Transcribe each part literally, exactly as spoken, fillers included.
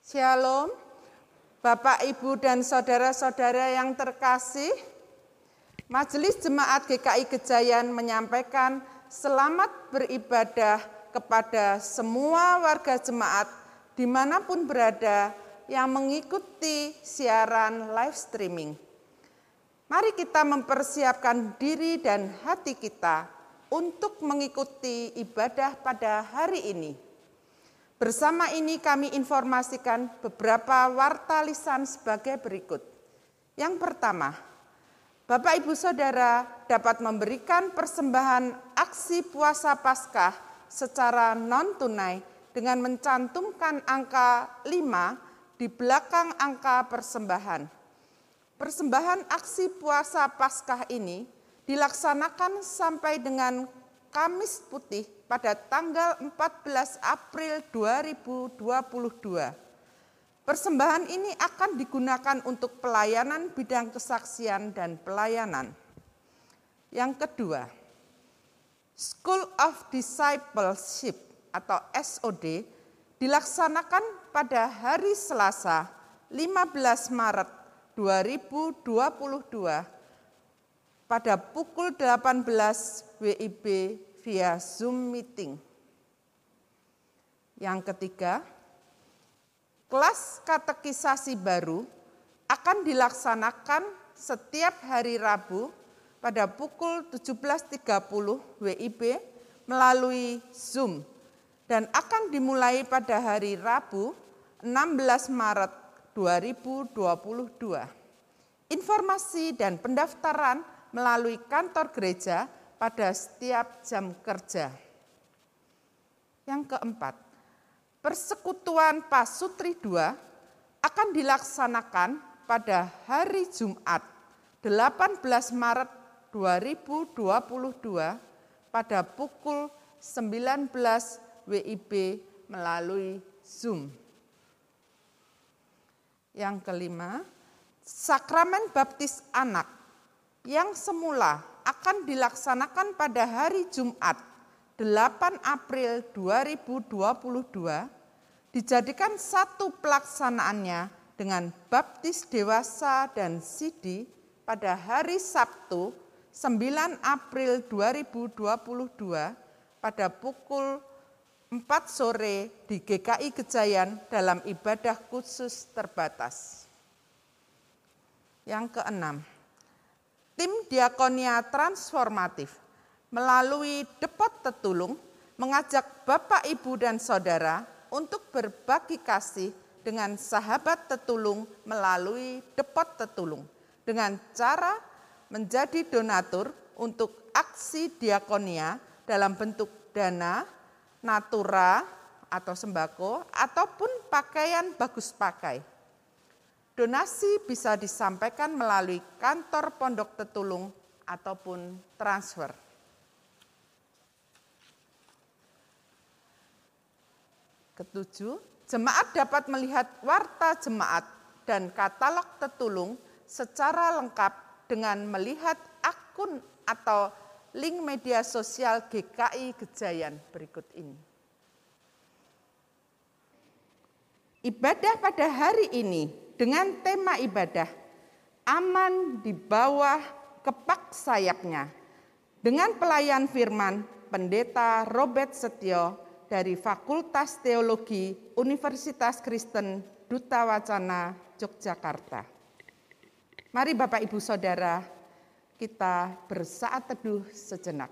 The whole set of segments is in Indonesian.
Shalom, Bapak, Ibu, dan saudara-saudara yang terkasih. Majelis Jemaat G K I Gejayan menyampaikan selamat beribadah kepada semua warga jemaat dimanapun berada yang mengikuti siaran live streaming. Mari kita mempersiapkan diri dan hati kita untuk mengikuti ibadah pada hari ini. Bersama ini kami informasikan beberapa warta lisan sebagai berikut. Yang pertama, Bapak Ibu Saudara dapat memberikan persembahan aksi puasa Paskah secara non-tunai dengan mencantumkan angka lima di belakang angka persembahan. Persembahan aksi puasa Paskah ini dilaksanakan sampai dengan Kamis Putih pada tanggal empat belas April dua ribu dua puluh dua. Persembahan ini akan digunakan untuk pelayanan bidang kesaksian dan pelayanan. Yang kedua, School of Discipleship atau S O D dilaksanakan pada hari Selasa lima belas Maret dua ribu dua puluh dua pada pukul delapan belas W I B via Zoom meeting. Yang ketiga, kelas katekisasi baru akan dilaksanakan setiap hari Rabu pada pukul tujuh belas tiga puluh W I B melalui Zoom dan akan dimulai pada hari Rabu enam belas Maret dua ribu dua puluh dua. Informasi dan pendaftaran melalui kantor gereja pada setiap jam kerja. Yang keempat, Persekutuan Pasutri dua akan dilaksanakan pada hari Jumat delapan belas Maret dua ribu dua puluh dua pada pukul sembilan belas W I B melalui Zoom. Yang kelima, Sakramen Baptis Anak yang semula akan dilaksanakan pada hari Jumat delapan April dua ribu dua puluh dua dijadikan satu pelaksanaannya dengan baptis dewasa dan sidi pada hari Sabtu sembilan April dua ribu dua puluh dua pada pukul empat sore di G K I Gejayan dalam ibadah khusus terbatas. Yang keenam, Tim Diakonia Transformatif melalui Depot Tetulung mengajak Bapak, Ibu, dan Saudara untuk berbagi kasih dengan sahabat Tetulung melalui Depot Tetulung dengan cara menjadi donatur untuk aksi diakonia dalam bentuk dana, natura atau sembako, ataupun pakaian bagus pakai. Donasi bisa disampaikan melalui kantor Pondok Tetulung ataupun transfer. Ketujuh, jemaat dapat melihat warta jemaat dan katalog Tetulung secara lengkap dengan melihat akun atau link media sosial G K I Gejayan berikut ini. Ibadah pada hari ini dengan tema ibadah aman di bawah kepak sayapnya dengan pelayan firman Pendeta Robert Setio dari Fakultas Teologi Universitas Kristen Duta Wacana Yogyakarta. Mari Bapak Ibu Saudara kita bersaat teduh sejenak.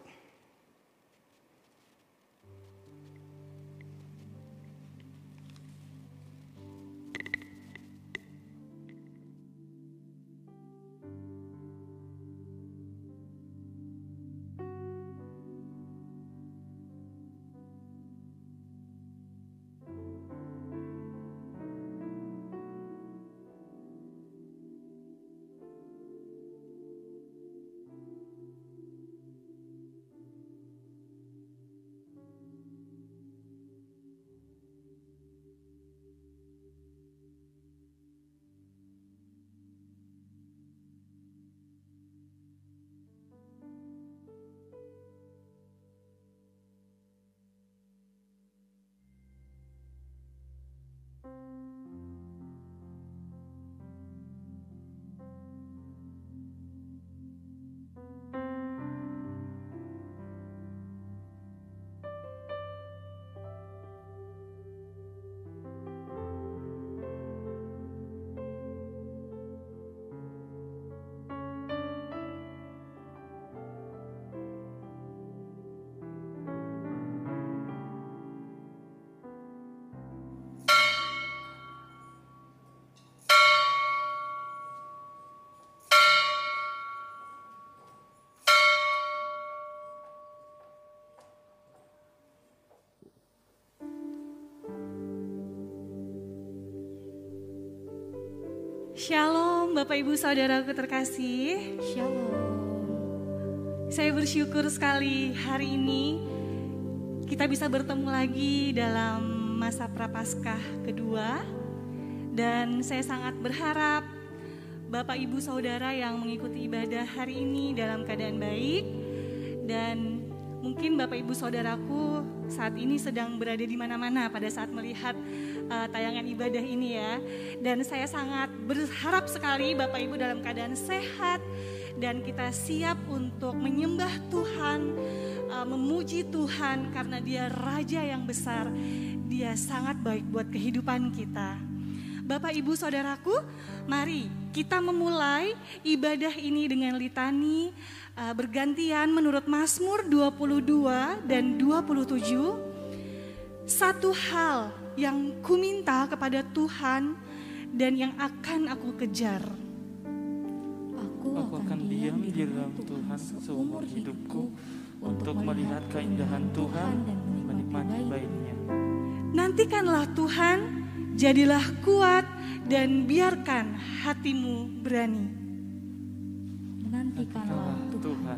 Shalom Bapak Ibu Saudaraku terkasih. Shalom. Saya bersyukur sekali hari ini kita bisa bertemu lagi dalam masa Prapaskah kedua. Dan saya sangat berharap Bapak Ibu Saudara yang mengikuti ibadah hari ini dalam keadaan baik. Dan mungkin Bapak Ibu Saudaraku saat ini sedang berada di mana-mana pada saat melihat uh, tayangan ibadah ini ya. Dan saya sangat berharap sekali Bapak Ibu dalam keadaan sehat dan kita siap untuk menyembah Tuhan, uh, memuji Tuhan karena Dia Raja yang besar. Dia sangat baik buat kehidupan kita. Bapak Ibu Saudaraku, mari kita memulai ibadah ini dengan litani uh, bergantian menurut Mazmur dua puluh dua dan dua puluh tujuh. Satu hal yang kuminta kepada Tuhan dan yang akan aku kejar. Aku, Aku akan diam di dalam Tuhan seumur hidupku untuk melihat keindahan Tuhan dan menikmati baiknya. Nantikanlah Tuhan, jadilah kuat dan biarkan hatimu berani. Nantikanlah Tuhan. Tuhan.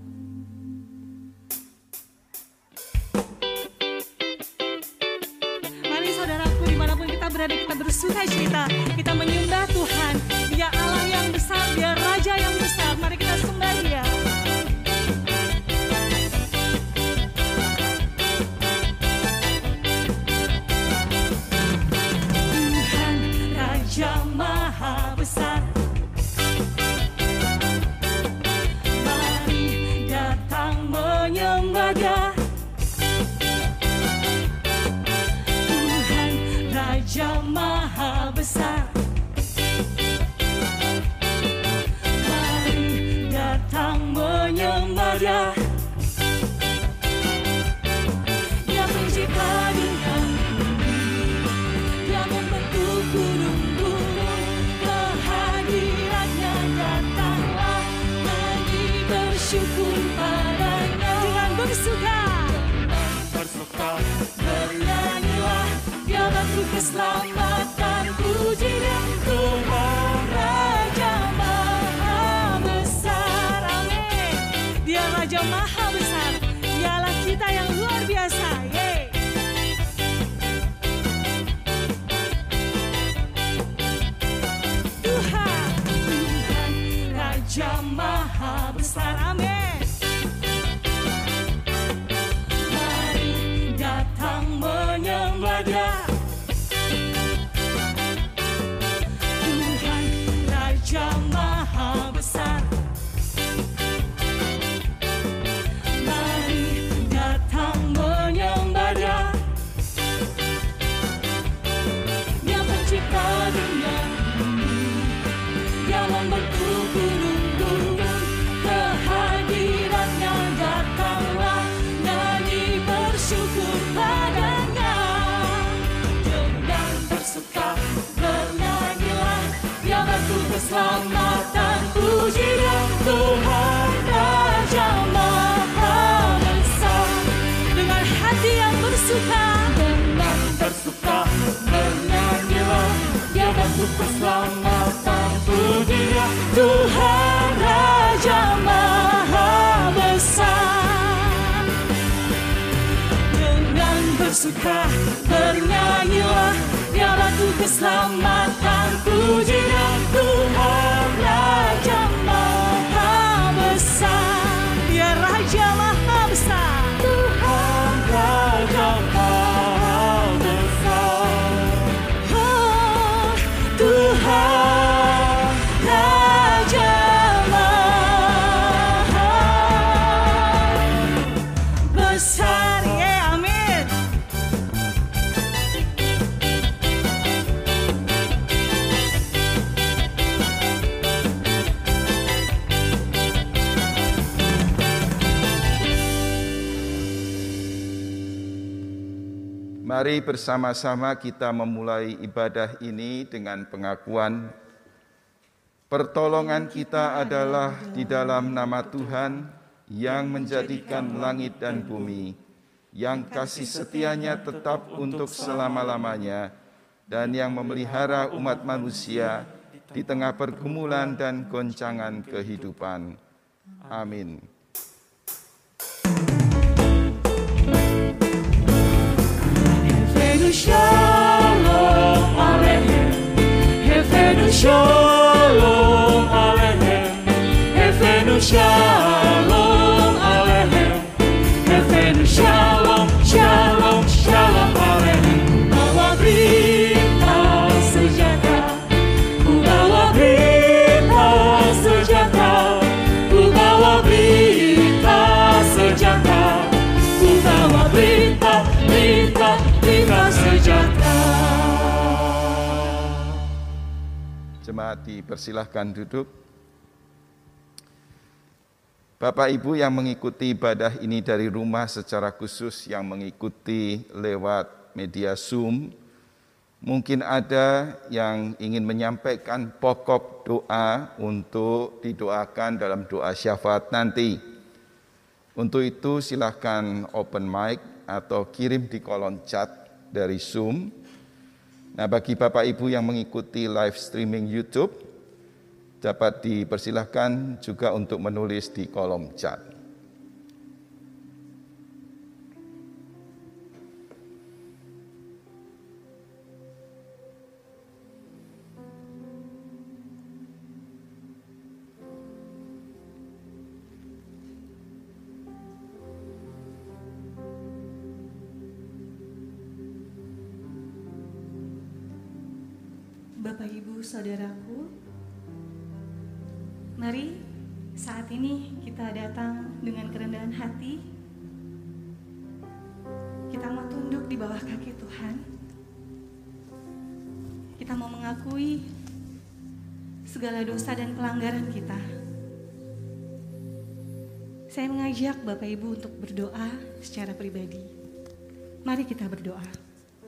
Mari saudaraku dimanapun kita berada kita bersuka cita, kita menyembah Tuhan. Dia Allah yang besar, Dia Raja yang besar. Mari kita sembah Dia. Tuhan Raja Maha Besar. Mari datang menyembah Dia. Tuhan Raja Maha Besar. Mari datang menyembah Dia. Dia pencipta dunia bumi, Dia membentuk gunung-gunung. Kehadirannya datanglah, nyanyi bersyukur padanya. Dengan bersuka, Bersuka, bernyanyilah, Dia batu keselamatan. Puji Dia Tuhan Raja Maha Besar. Amin. Dia Raja Maha Besar. Dialah kita yang luar biasa. Yeay. Tuhan, Tuhan Raja Maha Besar. Amin. Mari datang menyembah Dia. Tuhan Raja Maha Besar. Mari datang menyembah Dia. Dia pencipta dunia bumi, Dia membentuk gunung-gunung. Kehadirannya datanglah, nyanyi bersyukur padanya. Dengan bersuka bernyanyilah, Dia batu keselamatan. Puji Dia Tuhan Raja Maha Besar. Dengan hati yang bersuka, dengan bersuka bernyanyilah, Dia batu keselamatan. Puji Dia Tuhan Raja Maha Besar. Dengan bersuka bernyanyilah, Dia batu keselamatan. Puji Dia Tuhan Raja Maha Besar. Dia Raja Maha Besar. Tuhan Raja Maha Besar. Oh, Tuhan Raja Maha Besar. Yeah, amin. Mari bersama-sama kita memulai ibadah ini dengan pengakuan pertolongan kita adalah di dalam nama Tuhan yang menjadikan langit dan bumi, yang kasih setianya tetap untuk selama-lamanya, dan yang memelihara umat manusia di tengah pergumulan dan goncangan kehidupan. Amin. Shalom Aleichem, Hefenu Shalom Aleichem, Hefenu Shalom Aleichem, Hefenu Shalom, Shalom, Shalom Aleichem. Bawa berita sejahtera, ku bawa berita sejahtera, ku bawa berita sejahtera, ku bawa berita, berita, berita sejahtera. Jemaat dipersilahkan duduk. Bapak Ibu yang mengikuti ibadah ini dari rumah secara khusus, yang mengikuti lewat media Zoom, mungkin ada yang ingin menyampaikan pokok doa untuk didoakan dalam doa syafaat nanti. Untuk itu silahkan open mic atau kirim di kolom chat dari Zoom. Nah, bagi Bapak Ibu yang mengikuti live streaming YouTube, dapat dipersilahkan juga untuk menulis di kolom chat. Bapak, Ibu, Saudaraku, mari saat ini kita datang dengan kerendahan hati. Kita mau tunduk di bawah kaki Tuhan. Kita mau mengakui segala dosa dan pelanggaran kita. Saya mengajak Bapak Ibu untuk berdoa secara pribadi. Mari kita berdoa.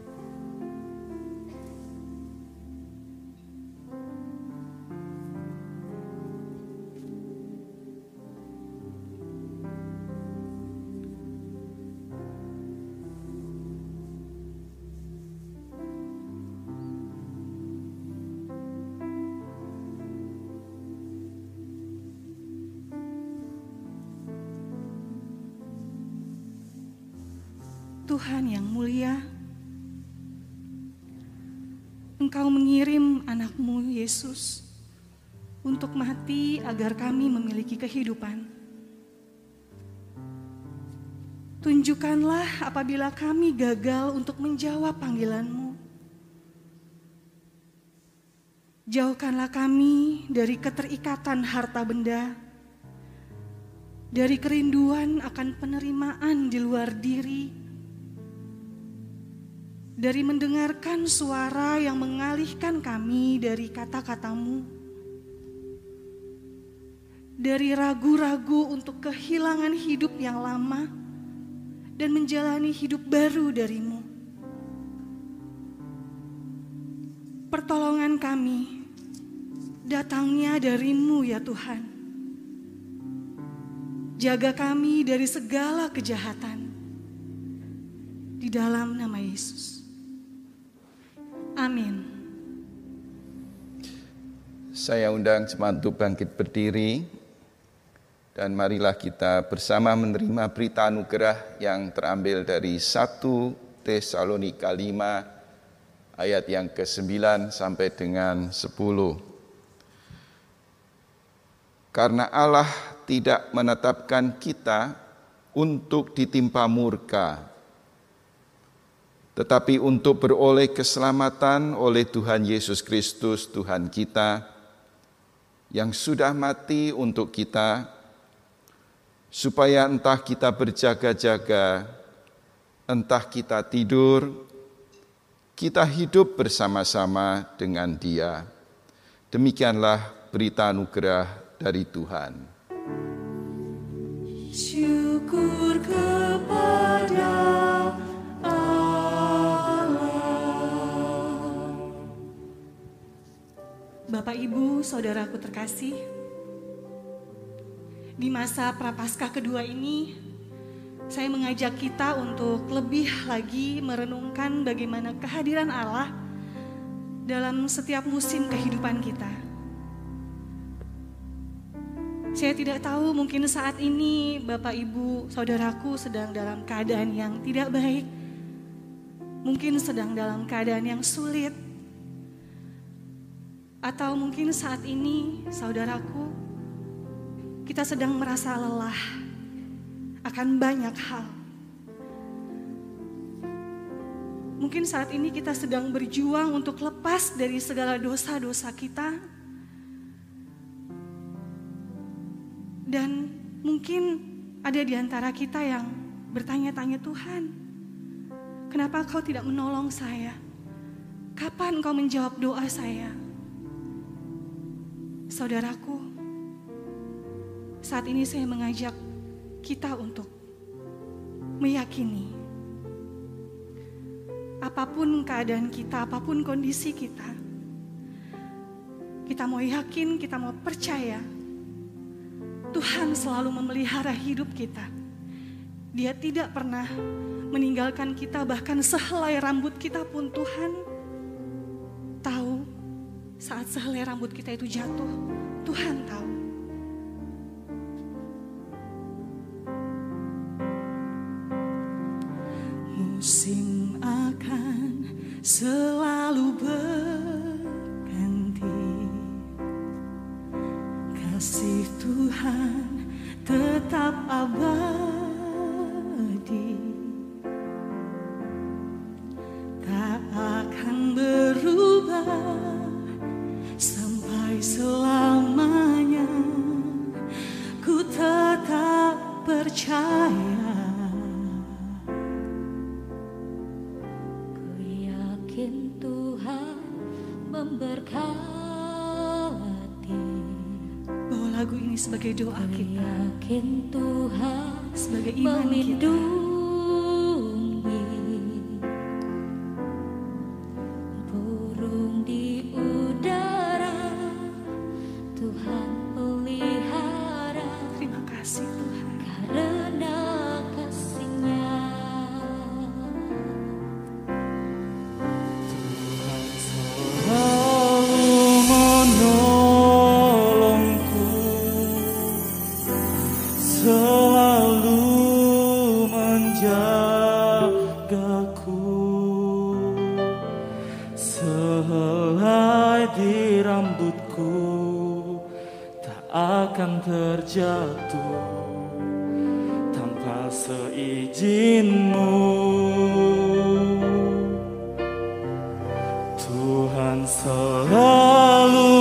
Tuhan yang mulia, Engkau mengirim anak-Mu Yesus untuk mati agar kami memiliki kehidupan. Tunjukkanlah apabila kami gagal untuk menjawab panggilan-Mu. Jauhkanlah kami dari keterikatan harta benda, dari kerinduan akan penerimaan di luar diri, dari mendengarkan suara yang mengalihkan kami dari kata-kata-Mu, dari ragu-ragu untuk kehilangan hidup yang lama dan menjalani hidup baru dari-Mu. Pertolongan kami datangnya dari-Mu ya Tuhan. Jaga kami dari segala kejahatan. Di dalam nama Yesus. Amin. Saya undang jemaat untuk bangkit berdiri, dan marilah kita bersama menerima berita anugerah yang terambil dari satu Tesalonika lima ayat yang kesembilan sampai dengan sepuluh. Karena Allah tidak menetapkan kita untuk ditimpa murka, tetapi untuk beroleh keselamatan oleh Tuhan Yesus Kristus, Tuhan kita, yang sudah mati untuk kita, supaya entah kita berjaga-jaga, entah kita tidur, kita hidup bersama-sama dengan Dia. Demikianlah berita anugerah dari Tuhan. Syukur kepada Bapak, Ibu, Saudaraku terkasih, di masa Prapaskah kedua ini, saya mengajak kita untuk lebih lagi merenungkan bagaimana kehadiran Allah dalam setiap musim kehidupan kita. Saya tidak tahu, mungkin saat ini Bapak Ibu saudaraku sedang dalam keadaan yang tidak baik. Mungkin sedang dalam keadaan yang sulit. Atau mungkin saat ini saudaraku kita sedang merasa lelah akan banyak hal. Mungkin saat ini kita sedang berjuang untuk lepas dari segala dosa-dosa kita. Dan mungkin ada di antara kita yang bertanya-tanya, Tuhan, kenapa Kau tidak menolong saya? Kapan Kau menjawab doa saya? Saudaraku, saat ini saya mengajak kita untuk meyakini apapun keadaan kita, apapun kondisi kita, kita mau yakin, kita mau percaya Tuhan selalu memelihara hidup kita. Dia tidak pernah meninggalkan kita, bahkan sehelai rambut kita pun Tuhan tahu. Saat sehelai rambut kita itu jatuh, Tuhan tahu. Musim akan selalu berganti, kasih Tuhan tetap abadi, tak akan berubah sampai selamanya. Ku tetap percaya, ku yakin Tuhan memberkati. Lagu ini sebagai doa kita, yakin Tuhan sebagai iman kita. Burung di udara, Tuhan pelihara. Terima kasih Tuhan, karena kasih-Nya. Tuhan selalu menolongku, selalu menjagaku, sehelai di rambutku tak akan terjatuh tanpa seizin-Mu. Tuhan selalu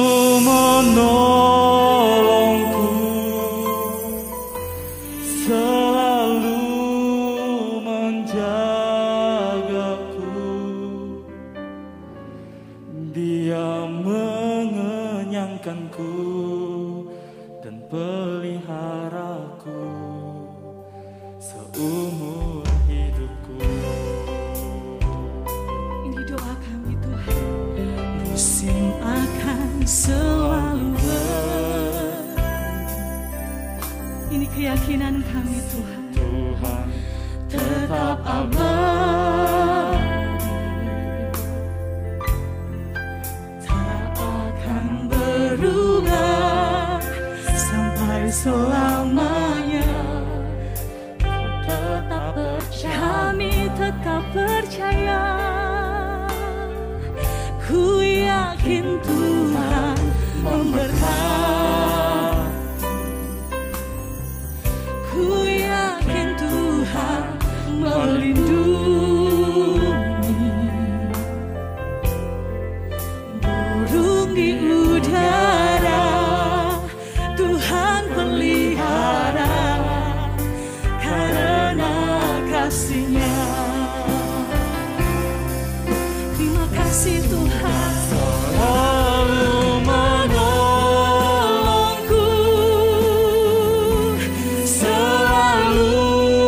menolongku, selalu menjagaku. Dia mengenyangkanku dan peliharaku seumur hidupku. Ini doa kami Tuhan. Musim akan selalu ber. Ini keyakinan kami Tuhan. Tuhan Tetap abadi, tak akan berubah sampai selamanya. Tetap percaya, Kami tetap percaya. Ku yakin Tuhan memberkati. Ku yakin Tuhan melindungi. Burung di udara, Tuhan pelihara karena kasih-Nya. Terima kasih Tuhan selalu menolongku, selalu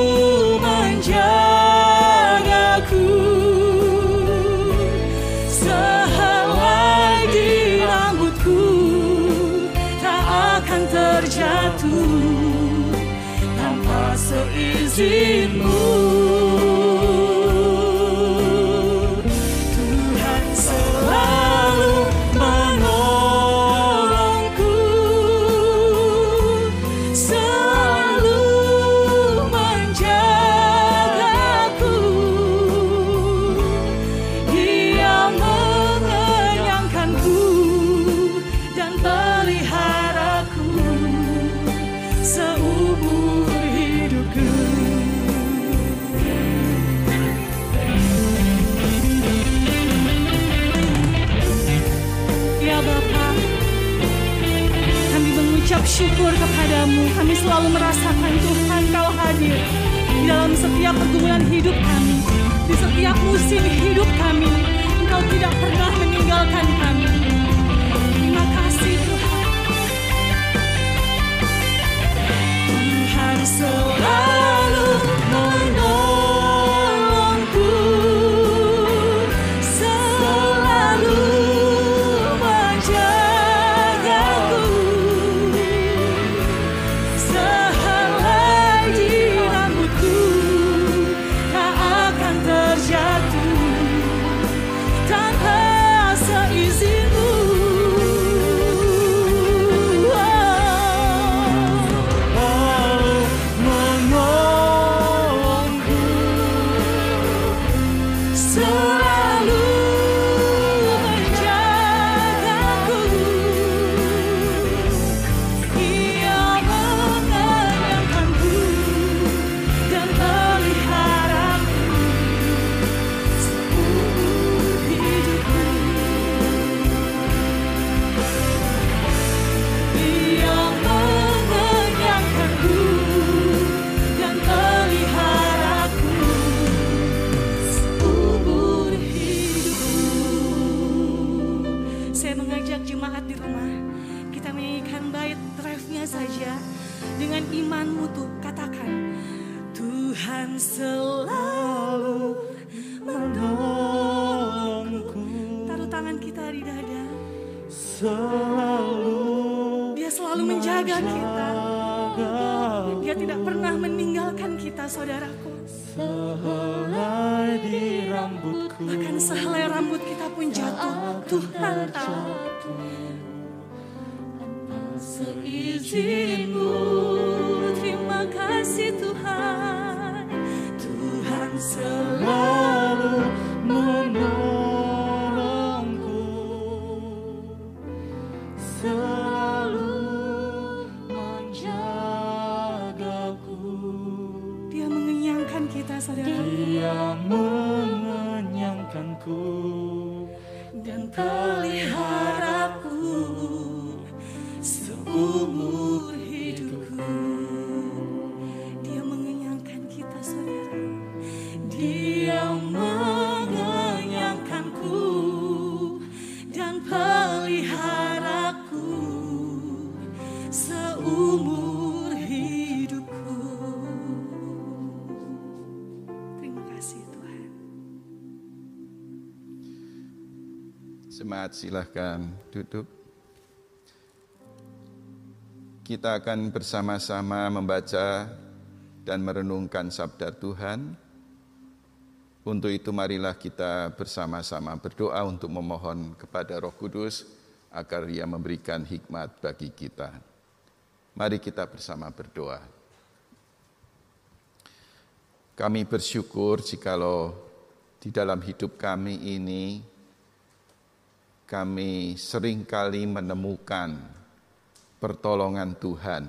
menjagaku, sehelai di rambutku tak akan terjatuh tanpa seizin-Mu. Tuhan selalu menolongku, bersyukur kepadamu. Kami selalu merasakan Tuhan Kau hadir di dalam setiap pergumulan hidup kami, di setiap musim hidup kami. Engkau tidak pernah meninggalkan kami. Terima kasih Tuhan. Tuhan selalu menolongku, selalu menjagaku, sehelai di rambutku tak akan terjatuh tanpa seizinku. Dengan imanmu tuh katakan, Tuhan selalu menolongku. Taruh tangan kita di dada. Selalu Dia selalu menjaga kita. Dia tidak pernah meninggalkan kita, saudaraku. sehelai di rambutku. Bahkan sehelai rambut kita pun jatuh, Tuhan tahu. Seizinku, terima kasih Tuhan. Tuhan selalu menolongku, selalu menjagaku. Dia mengenyangkan kita, saudara. Dia mengenyangkanku Dan peliharaku seumur hidupku. Dia mengenyangkan kita, saudara. Dia mengenyangkanku dan peliharaku seumur hidupku. Terima kasih Tuhan. Jemaat silahkan duduk. Kita akan bersama-sama membaca dan merenungkan sabda Tuhan. Untuk itu marilah kita bersama-sama berdoa untuk memohon kepada Roh Kudus agar Ia memberikan hikmat bagi kita. Mari kita bersama berdoa. Kami bersyukur jikalau di dalam hidup kami ini kami seringkali menemukan pertolongan Tuhan.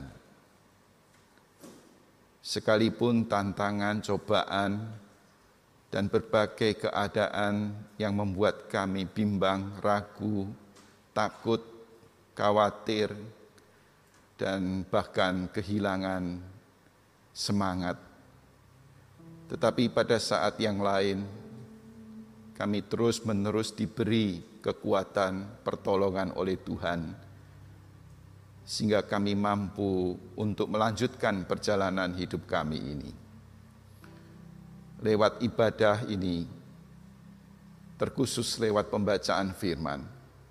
Sekalipun tantangan, cobaan, dan berbagai keadaan yang membuat kami bimbang, ragu, takut, khawatir, dan bahkan kehilangan semangat. Tetapi pada saat yang lain, kami terus-menerus diberi kekuatan pertolongan oleh Tuhan, sehingga kami mampu untuk melanjutkan perjalanan hidup kami ini. Lewat ibadah ini, terkhusus lewat pembacaan firman,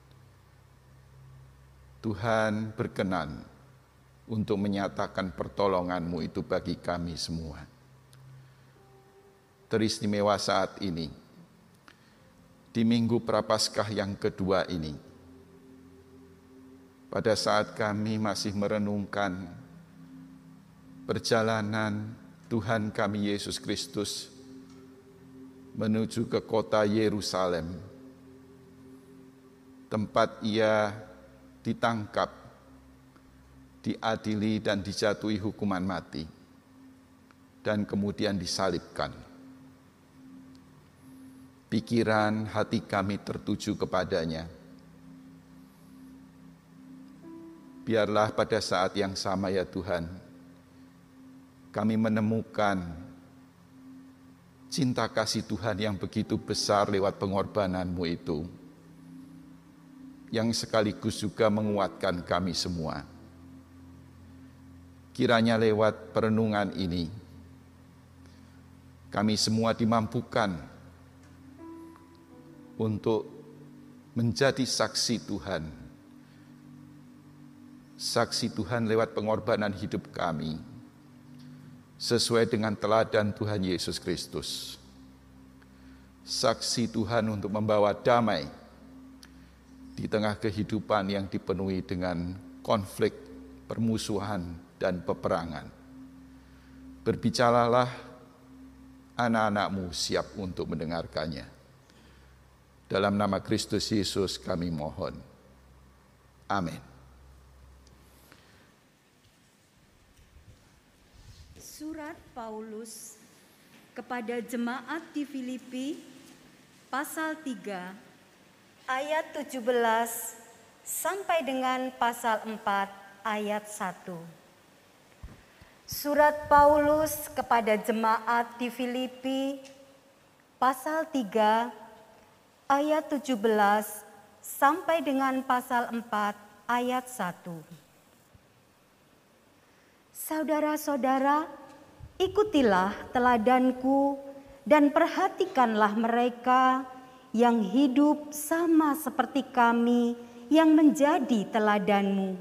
Tuhan berkenan untuk menyatakan pertolongan-Mu itu bagi kami semua. Teristimewa saat ini, di Minggu Prapaskah yang kedua ini, pada saat kami masih merenungkan perjalanan Tuhan kami Yesus Kristus menuju ke kota Yerusalem, tempat Ia ditangkap, diadili dan dijatuhi hukuman mati, dan kemudian disalibkan. Pikiran hati kami tertuju kepadanya. biarlah pada saat yang sama ya Tuhan, kami menemukan cinta kasih Tuhan yang begitu besar lewat pengorbanan-Mu itu, yang sekaligus juga menguatkan kami semua. Kiranya lewat perenungan ini, kami semua dimampukan untuk menjadi saksi Tuhan. Saksi Tuhan lewat pengorbanan hidup kami, sesuai dengan teladan Tuhan Yesus Kristus. Saksi Tuhan untuk membawa damai di tengah kehidupan yang dipenuhi dengan konflik, permusuhan, dan peperangan. Berbicaralah, anak-anak-Mu siap untuk mendengarkannya. Dalam nama Kristus Yesus kami mohon. Amin. Surat Paulus kepada jemaat di Filipi, pasal tiga, ayat tujuh belas sampai dengan pasal empat, ayat satu. Surat Paulus kepada jemaat di Filipi, pasal tiga, ayat tujuh belas sampai dengan pasal empat, ayat satu. Saudara-saudara, ikutilah teladanku dan perhatikanlah mereka yang hidup sama seperti kami yang menjadi teladanmu.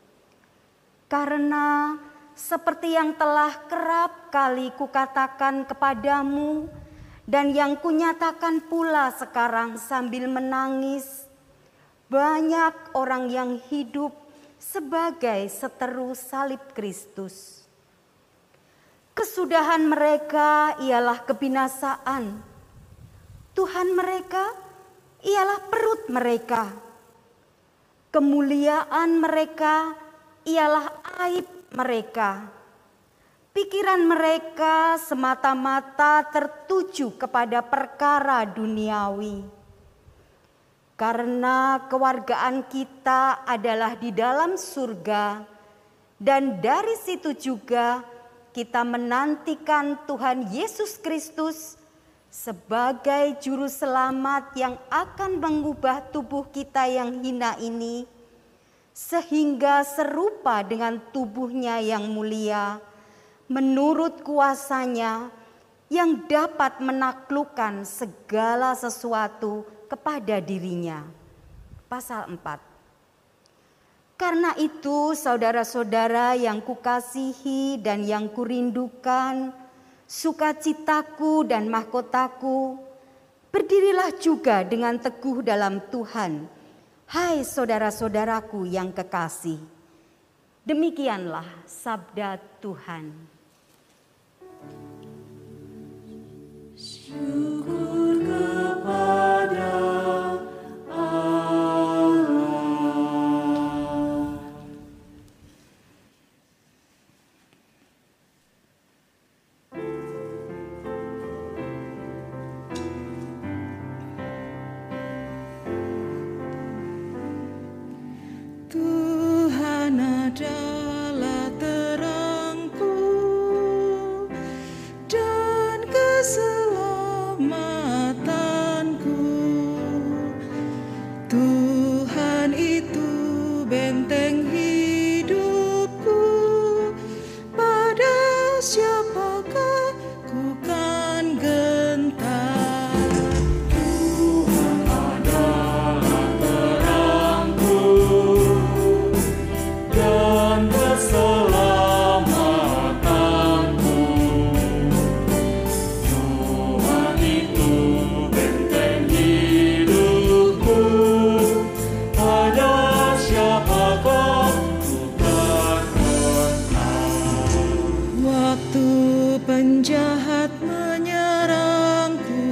Karena seperti yang telah kerap kali kukatakan kepadamu dan yang kunyatakan pula sekarang sambil menangis, banyak orang yang hidup sebagai seteru salib Kristus. Kesudahan mereka ialah kebinasaan. Tuhan mereka ialah perut mereka. Kemuliaan mereka ialah aib mereka. Pikiran mereka semata-mata tertuju kepada perkara duniawi. Karena kewargaan kita adalah di dalam surga, dan dari situ juga kita menantikan Tuhan Yesus Kristus sebagai juru selamat yang akan mengubah tubuh kita yang hina ini, sehingga serupa dengan tubuhnya yang mulia, menurut kuasanya yang dapat menaklukkan segala sesuatu kepada dirinya. Pasal empat. Karena itu saudara-saudara yang kukasihi dan yang kurindukan, sukacitaku dan mahkotaku, berdirilah juga dengan teguh dalam Tuhan, hai saudara-saudaraku yang kekasih. Demikianlah sabda Tuhan. Syukur kepada Allah. Tuhan adalah terangku dan keselamatanku. Tuhan itu benteng hidupku, pada siapakah ku kan gentar. Tuhan adalah terangku dan keselamatanku. Tuhan itu benteng hidupku, pada siapakah ku kan gentar. Waktu penjahat menyerangku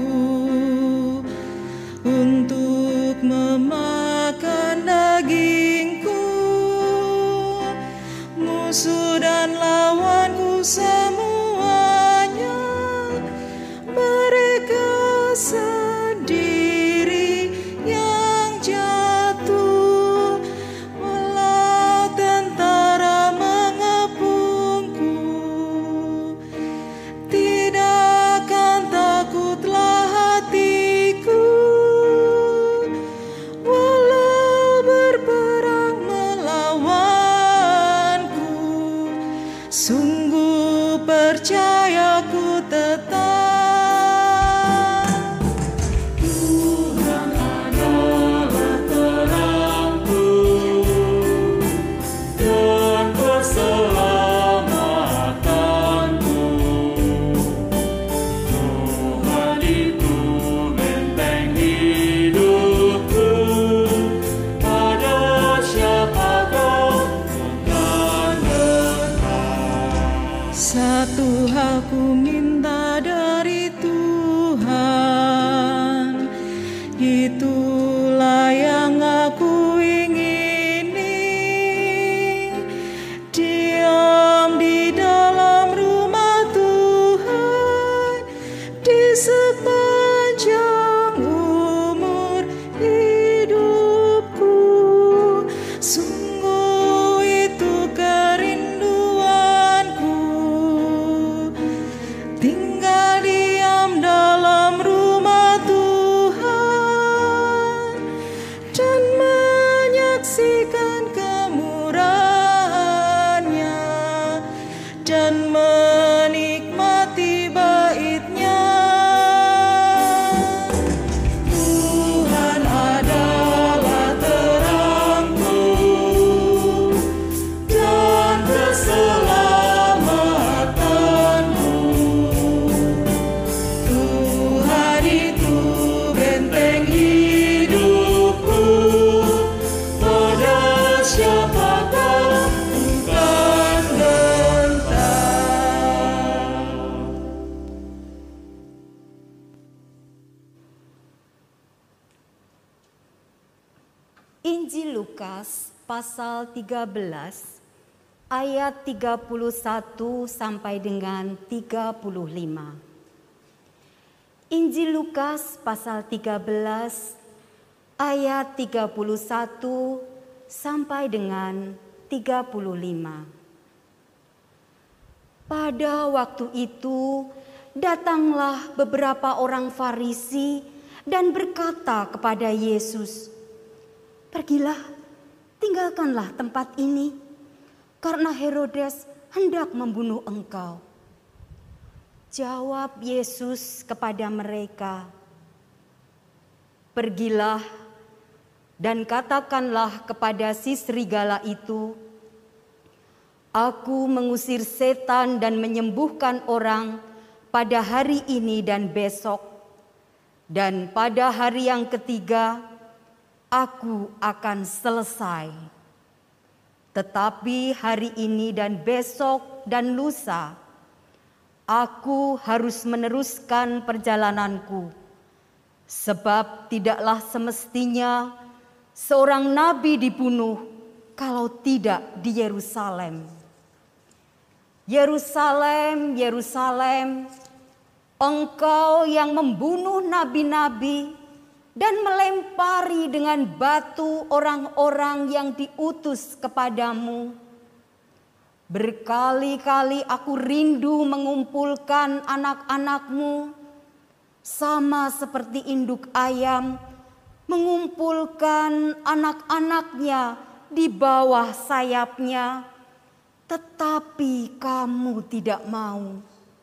untuk memakan dagingku, musuh dan lawanku semuanya, mereka sendiri yang jatuh, walau tentang Injil Lukas pasal tiga belas ayat tiga puluh satu sampai dengan tiga puluh lima. Injil Lukas pasal tiga belas ayat tiga puluh satu sampai dengan tiga puluh lima. Pada waktu itu datanglah beberapa orang Farisi dan berkata kepada Yesus, "Pergilah, tinggalkanlah tempat ini, karena Herodes hendak membunuh engkau." Jawab Yesus kepada mereka, "Pergilah dan katakanlah kepada si serigala itu, Aku mengusir setan dan menyembuhkan orang pada hari ini dan besok, dan pada hari yang ketiga aku akan selesai. Tetapi hari ini dan besok dan lusa, aku harus meneruskan perjalananku, sebab tidaklah semestinya seorang nabi dibunuh kalau tidak di Yerusalem. Yerusalem, Yerusalem, engkau yang membunuh nabi-nabi dan melempari dengan batu orang-orang yang diutus kepadamu. Berkali-kali aku rindu mengumpulkan anak-anakmu, sama seperti induk ayam mengumpulkan anak-anaknya di bawah sayapnya, tetapi kamu tidak mau.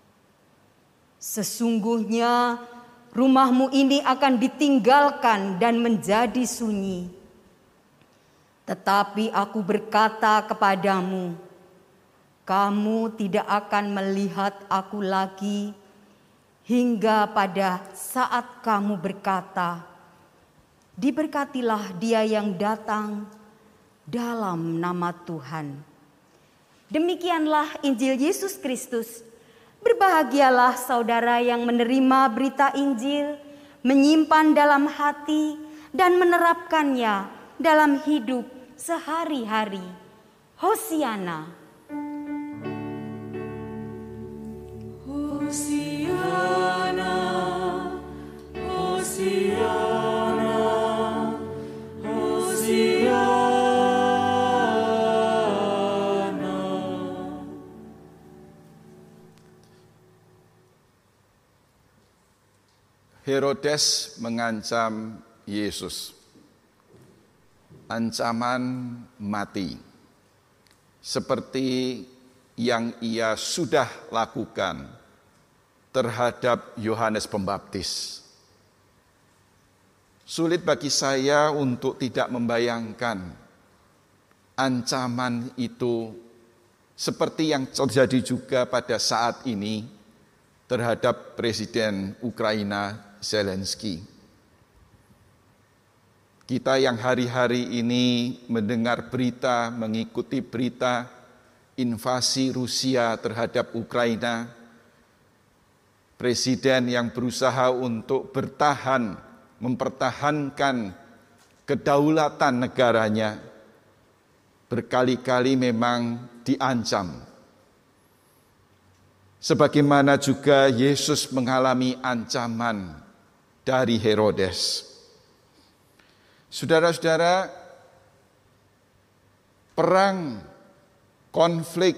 Sesungguhnya rumahmu ini akan ditinggalkan dan menjadi sunyi. Tetapi aku berkata kepadamu, kamu tidak akan melihat aku lagi hingga pada saat kamu berkata, diberkatilah dia yang datang dalam nama Tuhan. Demikianlah Injil Yesus Kristus. Berbahagialah saudara yang menerima berita Injil, menyimpan dalam hati dan menerapkannya dalam hidup sehari-hari. Hosiana. Hosiana, Hosiana, Hosiana. Herodes mengancam Yesus. Ancaman mati. Seperti yang ia sudah lakukan terhadap Yohanes Pembaptis. Sulit bagi saya untuk tidak membayangkan ancaman itu seperti yang terjadi juga pada saat ini terhadap Presiden Ukraina Zelensky. Kita yang hari-hari ini mendengar berita, mengikuti berita invasi Rusia terhadap Ukraina, presiden yang berusaha untuk bertahan, mempertahankan kedaulatan negaranya, berkali-kali memang diancam. Sebagaimana juga Yesus mengalami ancaman dari Herodes. Saudara-saudara, perang, konflik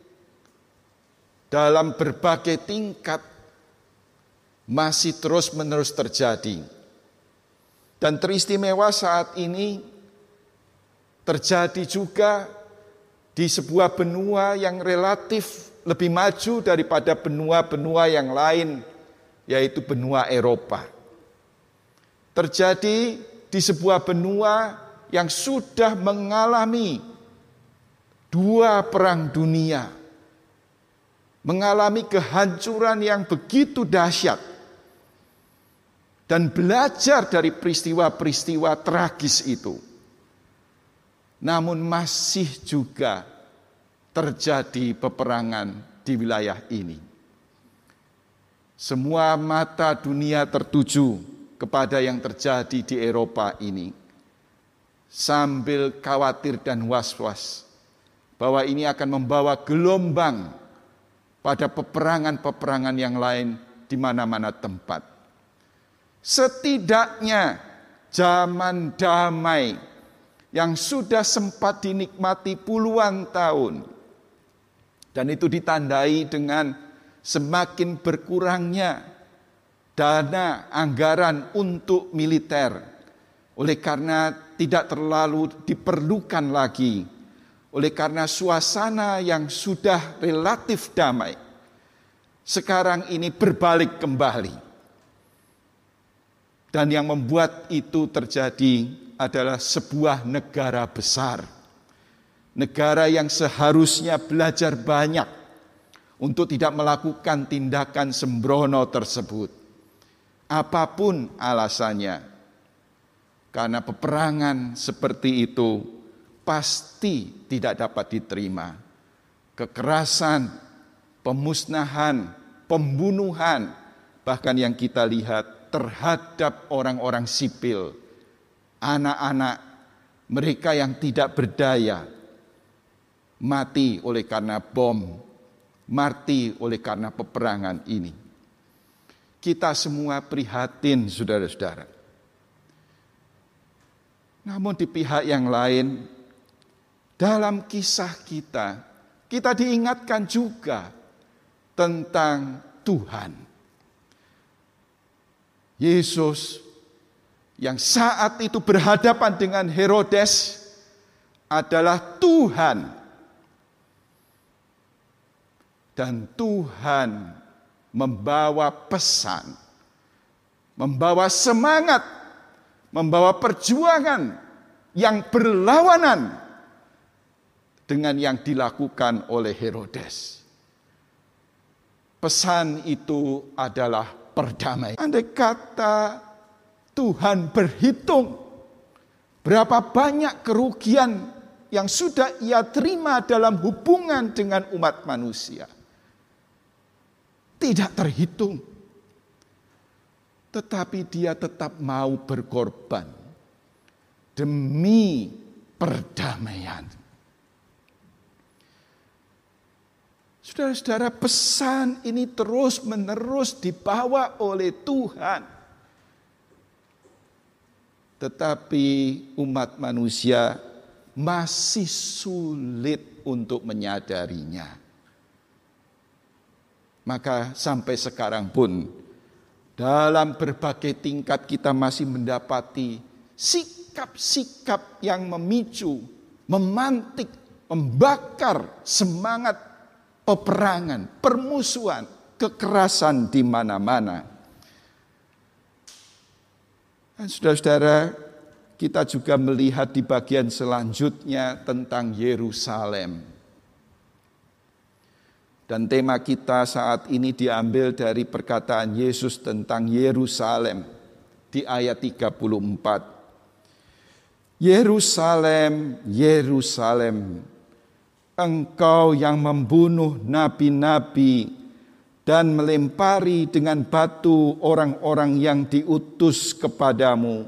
dalam berbagai tingkat masih terus-menerus terjadi. Dan teristimewa saat ini terjadi juga di sebuah benua yang relatif lebih maju daripada benua-benua yang lain, yaitu benua Eropa. Terjadi di sebuah benua yang sudah mengalami dua perang dunia, mengalami kehancuran yang begitu dahsyat, dan belajar dari peristiwa-peristiwa tragis itu. Namun masih juga terjadi peperangan di wilayah ini. Semua mata dunia tertuju kepada yang terjadi di Eropa ini. sambil khawatir dan was-was bahwa ini akan membawa gelombang pada peperangan-peperangan yang lain di mana-mana tempat. Setidaknya zaman damai yang sudah sempat dinikmati puluhan tahun, dan itu ditandai dengan semakin berkurangnya dana anggaran untuk militer, oleh karena tidak terlalu diperlukan lagi, oleh karena suasana yang sudah relatif damai, sekarang ini berbalik kembali. Dan yang membuat itu terjadi adalah sebuah negara besar. Negara yang seharusnya belajar banyak untuk tidak melakukan tindakan sembrono tersebut. Apapun alasannya. Karena peperangan seperti itu pasti tidak dapat diterima. Kekerasan, pemusnahan, pembunuhan, bahkan yang kita lihat terhadap orang-orang sipil, anak-anak, mereka yang tidak berdaya, mati oleh karena bom, mati oleh karena peperangan ini. Kita semua prihatin, saudara-saudara. Namun di pihak yang lain, dalam kisah kita, kita diingatkan juga tentang Tuhan. Yesus yang saat itu berhadapan dengan Herodes adalah Tuhan. Dan Tuhan membawa pesan, membawa semangat, membawa perjuangan yang berlawanan dengan yang dilakukan oleh Herodes. Pesan itu adalah perdamaian. Andai kata Tuhan berhitung berapa banyak kerugian yang sudah ia terima dalam hubungan dengan umat manusia, tidak terhitung. Tetapi dia tetap mau berkorban demi perdamaian. Saudara-saudara, pesan ini terus-menerus dibawa oleh Tuhan. Tetapi umat manusia masih sulit untuk menyadarinya. Maka sampai sekarang pun dalam berbagai tingkat kita masih mendapati sikap-sikap yang memicu, memantik, membakar semangat peperangan, permusuhan, kekerasan di mana-mana. Dan saudara-saudara, kita juga melihat di bagian selanjutnya tentang Yerusalem. Dan tema kita saat ini diambil dari perkataan Yesus tentang Yerusalem di ayat tiga puluh empat. Yerusalem, Yerusalem, engkau yang membunuh nabi-nabi dan melempari dengan batu orang-orang yang diutus kepadamu.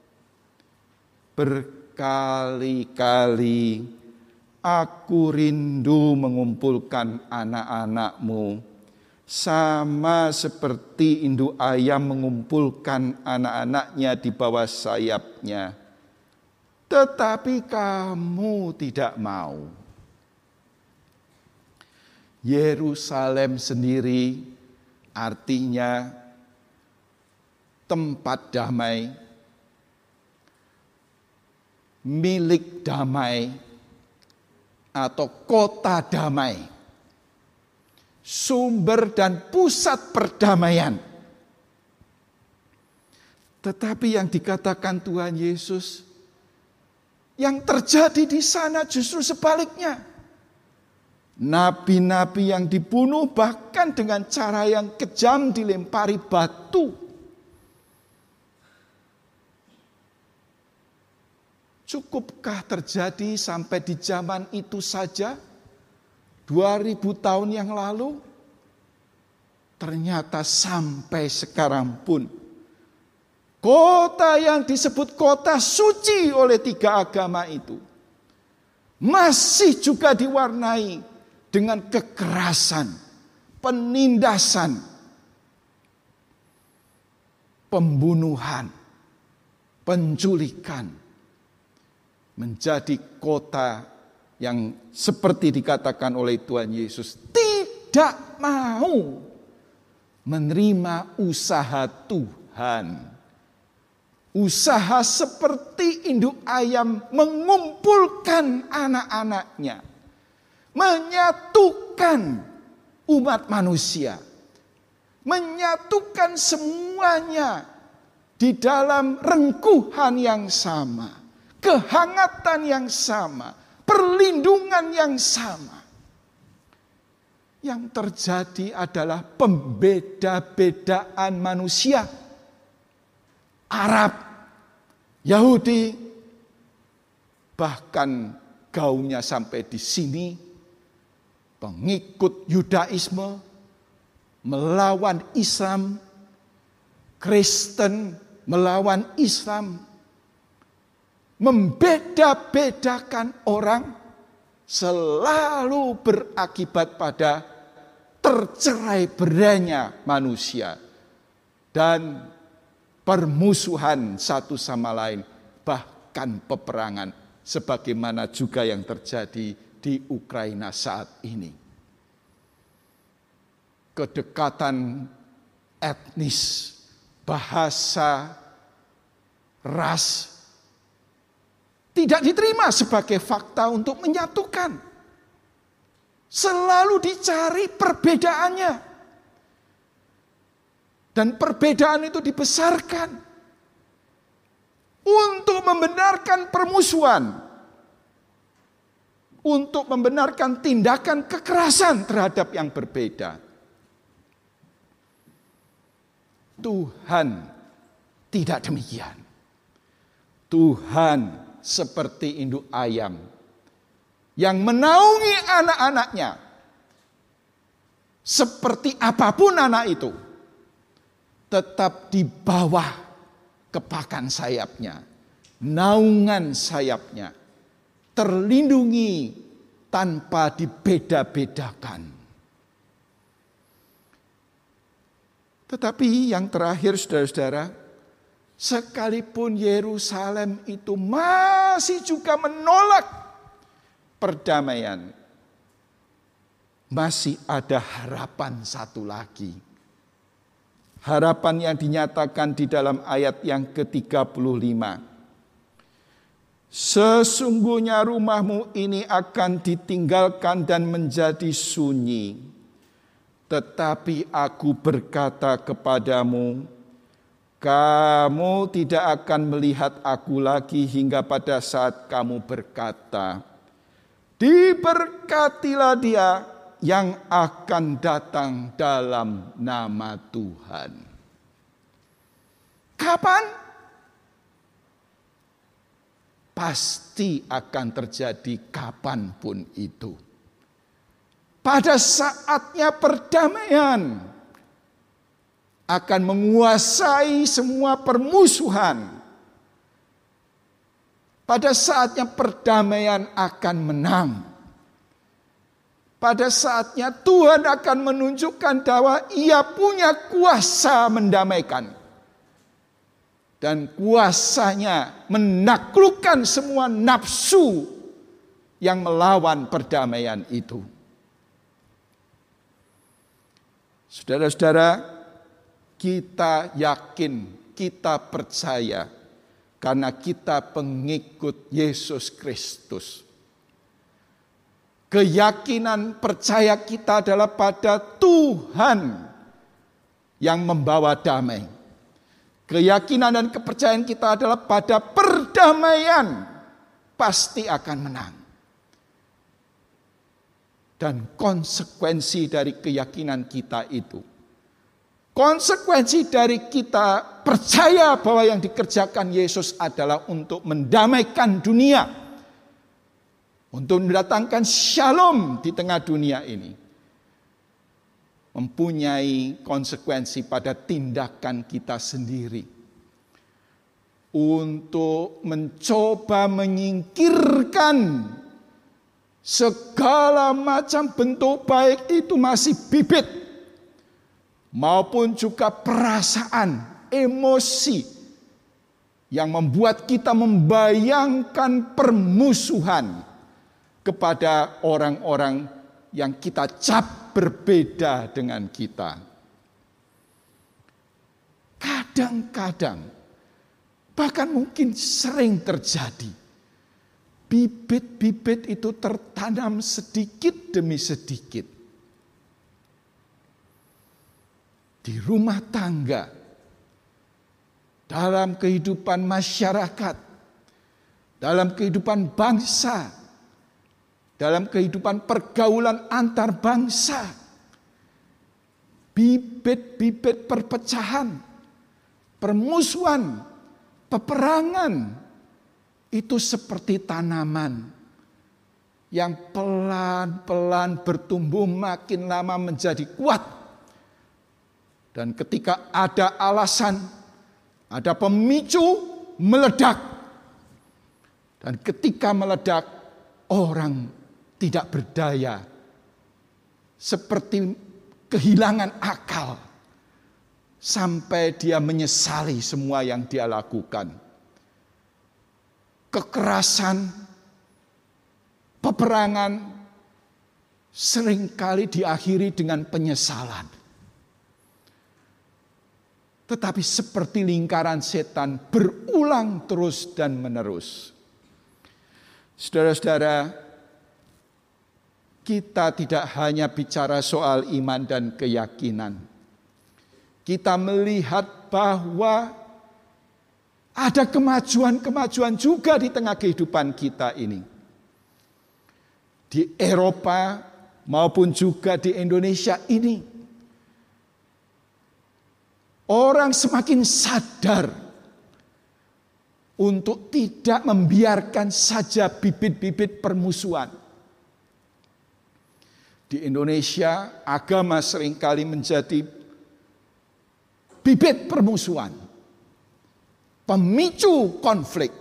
Berkali-kali aku rindu mengumpulkan anak-anakmu, sama seperti induk ayam mengumpulkan anak-anaknya di bawah sayapnya. Tetapi kamu tidak mau. Yerusalem sendiri artinya tempat damai, milik damai, atau kota damai, sumber dan pusat perdamaian. Tetapi yang dikatakan Tuhan Yesus, yang terjadi di sana justru sebaliknya. Nabi-nabi yang dibunuh bahkan dengan cara yang kejam, dilempari batu. Cukupkah terjadi sampai di zaman itu saja? dua ribu tahun yang lalu? Ternyata sampai sekarang pun kota yang disebut kota suci oleh tiga agama itu, masih juga diwarnai dengan kekerasan, penindasan, pembunuhan, penculikan, menjadi kota yang seperti dikatakan oleh Tuhan Yesus tidak mau menerima usaha Tuhan. Usaha seperti induk ayam mengumpulkan anak-anaknya, menyatukan umat manusia, menyatukan semuanya di dalam rengkuhan yang sama, kehangatan yang sama, perlindungan yang sama. Yang terjadi adalah pembeda-bedaan manusia. Arab, Yahudi, bahkan gaungnya sampai di sini, pengikut Yudaisme melawan Islam, Kristen melawan Islam, membeda-bedakan orang, selalu berakibat pada tercerai-berainya manusia dan permusuhan satu sama lain, bahkan peperangan, sebagaimana juga yang terjadi di Ukraina saat ini. Kedekatan etnis, bahasa, ras tidak diterima sebagai fakta untuk menyatukan. Selalu dicari perbedaannya. Dan perbedaan itu dibesarkan untuk membenarkan permusuhan, untuk membenarkan tindakan kekerasan terhadap yang berbeda. Tuhan tidak demikian. Tuhan seperti induk ayam yang menaungi anak-anaknya. Seperti apapun anak itu, tetap di bawah kepakan sayapnya, naungan sayapnya, terlindungi tanpa dibeda-bedakan. Tetapi yang terakhir, saudara-saudara, sekalipun Yerusalem itu masih juga menolak perdamaian, masih ada harapan satu lagi. Harapan yang dinyatakan di dalam ayat yang ke tiga puluh lima. Sesungguhnya rumahmu ini akan ditinggalkan dan menjadi sunyi. Tetapi aku berkata kepadamu, kamu tidak akan melihat aku lagi hingga pada saat kamu berkata, diberkatilah dia yang akan datang dalam nama Tuhan. Kapan? Pasti akan terjadi kapanpun itu. Pada saatnya perdamaian akan menguasai semua permusuhan. Pada saatnya perdamaian akan menang. Pada saatnya Tuhan akan menunjukkan bahwa Ia punya kuasa mendamaikan. Dan kuasanya menaklukkan semua nafsu yang melawan perdamaian itu. Saudara-saudara, kita yakin, kita percaya karena kita pengikut Yesus Kristus. Keyakinan percaya kita adalah pada Tuhan yang membawa damai. Keyakinan dan kepercayaan kita adalah pada perdamaian pasti akan menang. Dan konsekuensi dari keyakinan kita itu, konsekuensi dari kita percaya bahwa yang dikerjakan Yesus adalah untuk mendamaikan dunia, untuk mendatangkan shalom di tengah dunia ini, mempunyai konsekuensi pada tindakan kita sendiri. untuk mencoba menyingkirkan segala macam bentuk baik itu masih bibit, maupun juga perasaan, emosi yang membuat kita membayangkan permusuhan kepada orang-orang yang kita cap berbeda dengan kita. Kadang-kadang, bahkan mungkin sering terjadi, bibit-bibit itu tertanam sedikit demi sedikit. Di rumah tangga, dalam kehidupan masyarakat, dalam kehidupan bangsa, dalam kehidupan pergaulan antar bangsa. Bibit-bibit perpecahan, permusuhan, peperangan, itu seperti tanaman yang pelan-pelan bertumbuh makin lama menjadi kuat. Dan ketika ada alasan, ada pemicu, meledak. Dan ketika meledak, orang tidak berdaya, seperti kehilangan akal. Sampai dia menyesali semua yang dia lakukan. Kekerasan, peperangan seringkali diakhiri dengan penyesalan. Tetapi seperti lingkaran setan berulang terus dan menerus. Saudara-saudara, kita tidak hanya bicara soal iman dan keyakinan. Kita melihat bahwa ada kemajuan-kemajuan juga di tengah kehidupan kita ini. Di Eropa maupun juga di Indonesia ini, orang semakin sadar untuk tidak membiarkan saja bibit-bibit permusuhan. Di Indonesia, agama seringkali menjadi bibit permusuhan, pemicu konflik.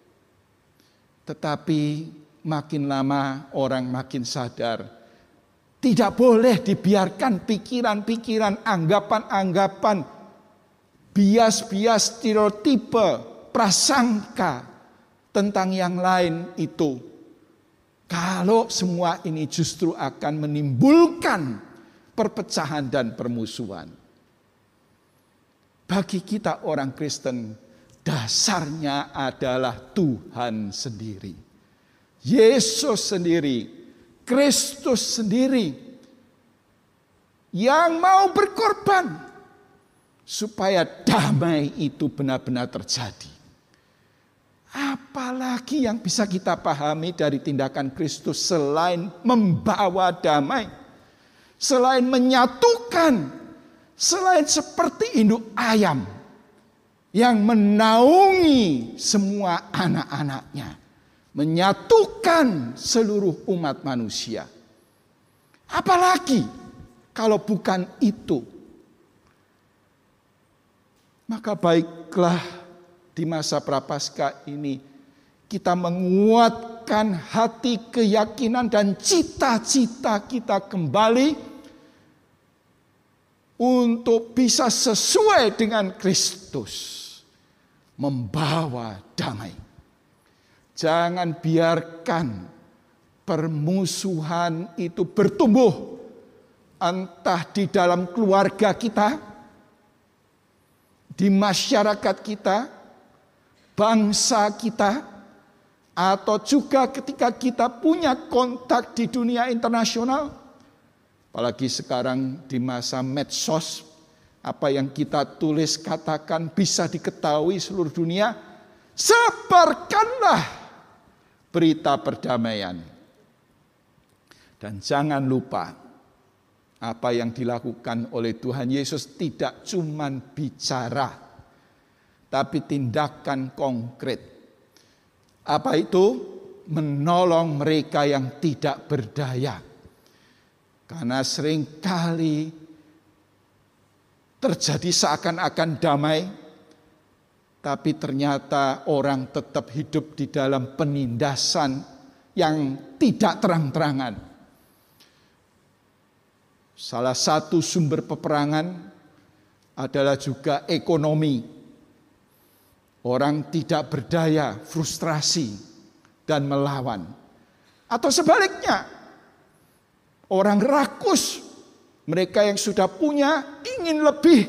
Tetapi makin lama orang makin sadar, tidak boleh dibiarkan pikiran-pikiran, anggapan-anggapan, bias-bias, stereotipe, prasangka tentang yang lain itu. Kalau semua ini justru akan menimbulkan perpecahan dan permusuhan. Bagi kita orang Kristen, dasarnya adalah Tuhan sendiri. Yesus sendiri, Kristus sendiri yang mau berkorban supaya damai itu benar-benar terjadi. Apalagi yang bisa kita pahami dari tindakan Kristus selain membawa damai, selain menyatukan, selain seperti induk ayam yang menaungi semua anak-anaknya, menyatukan seluruh umat manusia. Apalagi kalau bukan itu. Maka baiklah di masa Prapaskah ini kita menguatkan hati, keyakinan dan cita-cita kita kembali untuk bisa sesuai dengan Kristus, membawa damai. Jangan biarkan permusuhan itu bertumbuh, entah di dalam keluarga kita, di masyarakat kita, bangsa kita, atau juga ketika kita punya kontak di dunia internasional. Apalagi sekarang di masa medsos, apa yang kita tulis katakan bisa diketahui seluruh dunia. Sebarkanlah berita perdamaian. Dan jangan lupa, apa yang dilakukan oleh Tuhan Yesus tidak cuma bicara, tapi tindakan konkret. Apa itu? Menolong mereka yang tidak berdaya. Karena seringkali terjadi seakan-akan damai, tapi ternyata orang tetap hidup di dalam penindasan yang tidak terang-terangan. Salah satu sumber peperangan adalah juga ekonomi. Orang tidak berdaya, frustrasi, dan melawan. Atau sebaliknya, orang rakus, mereka yang sudah punya ingin lebih.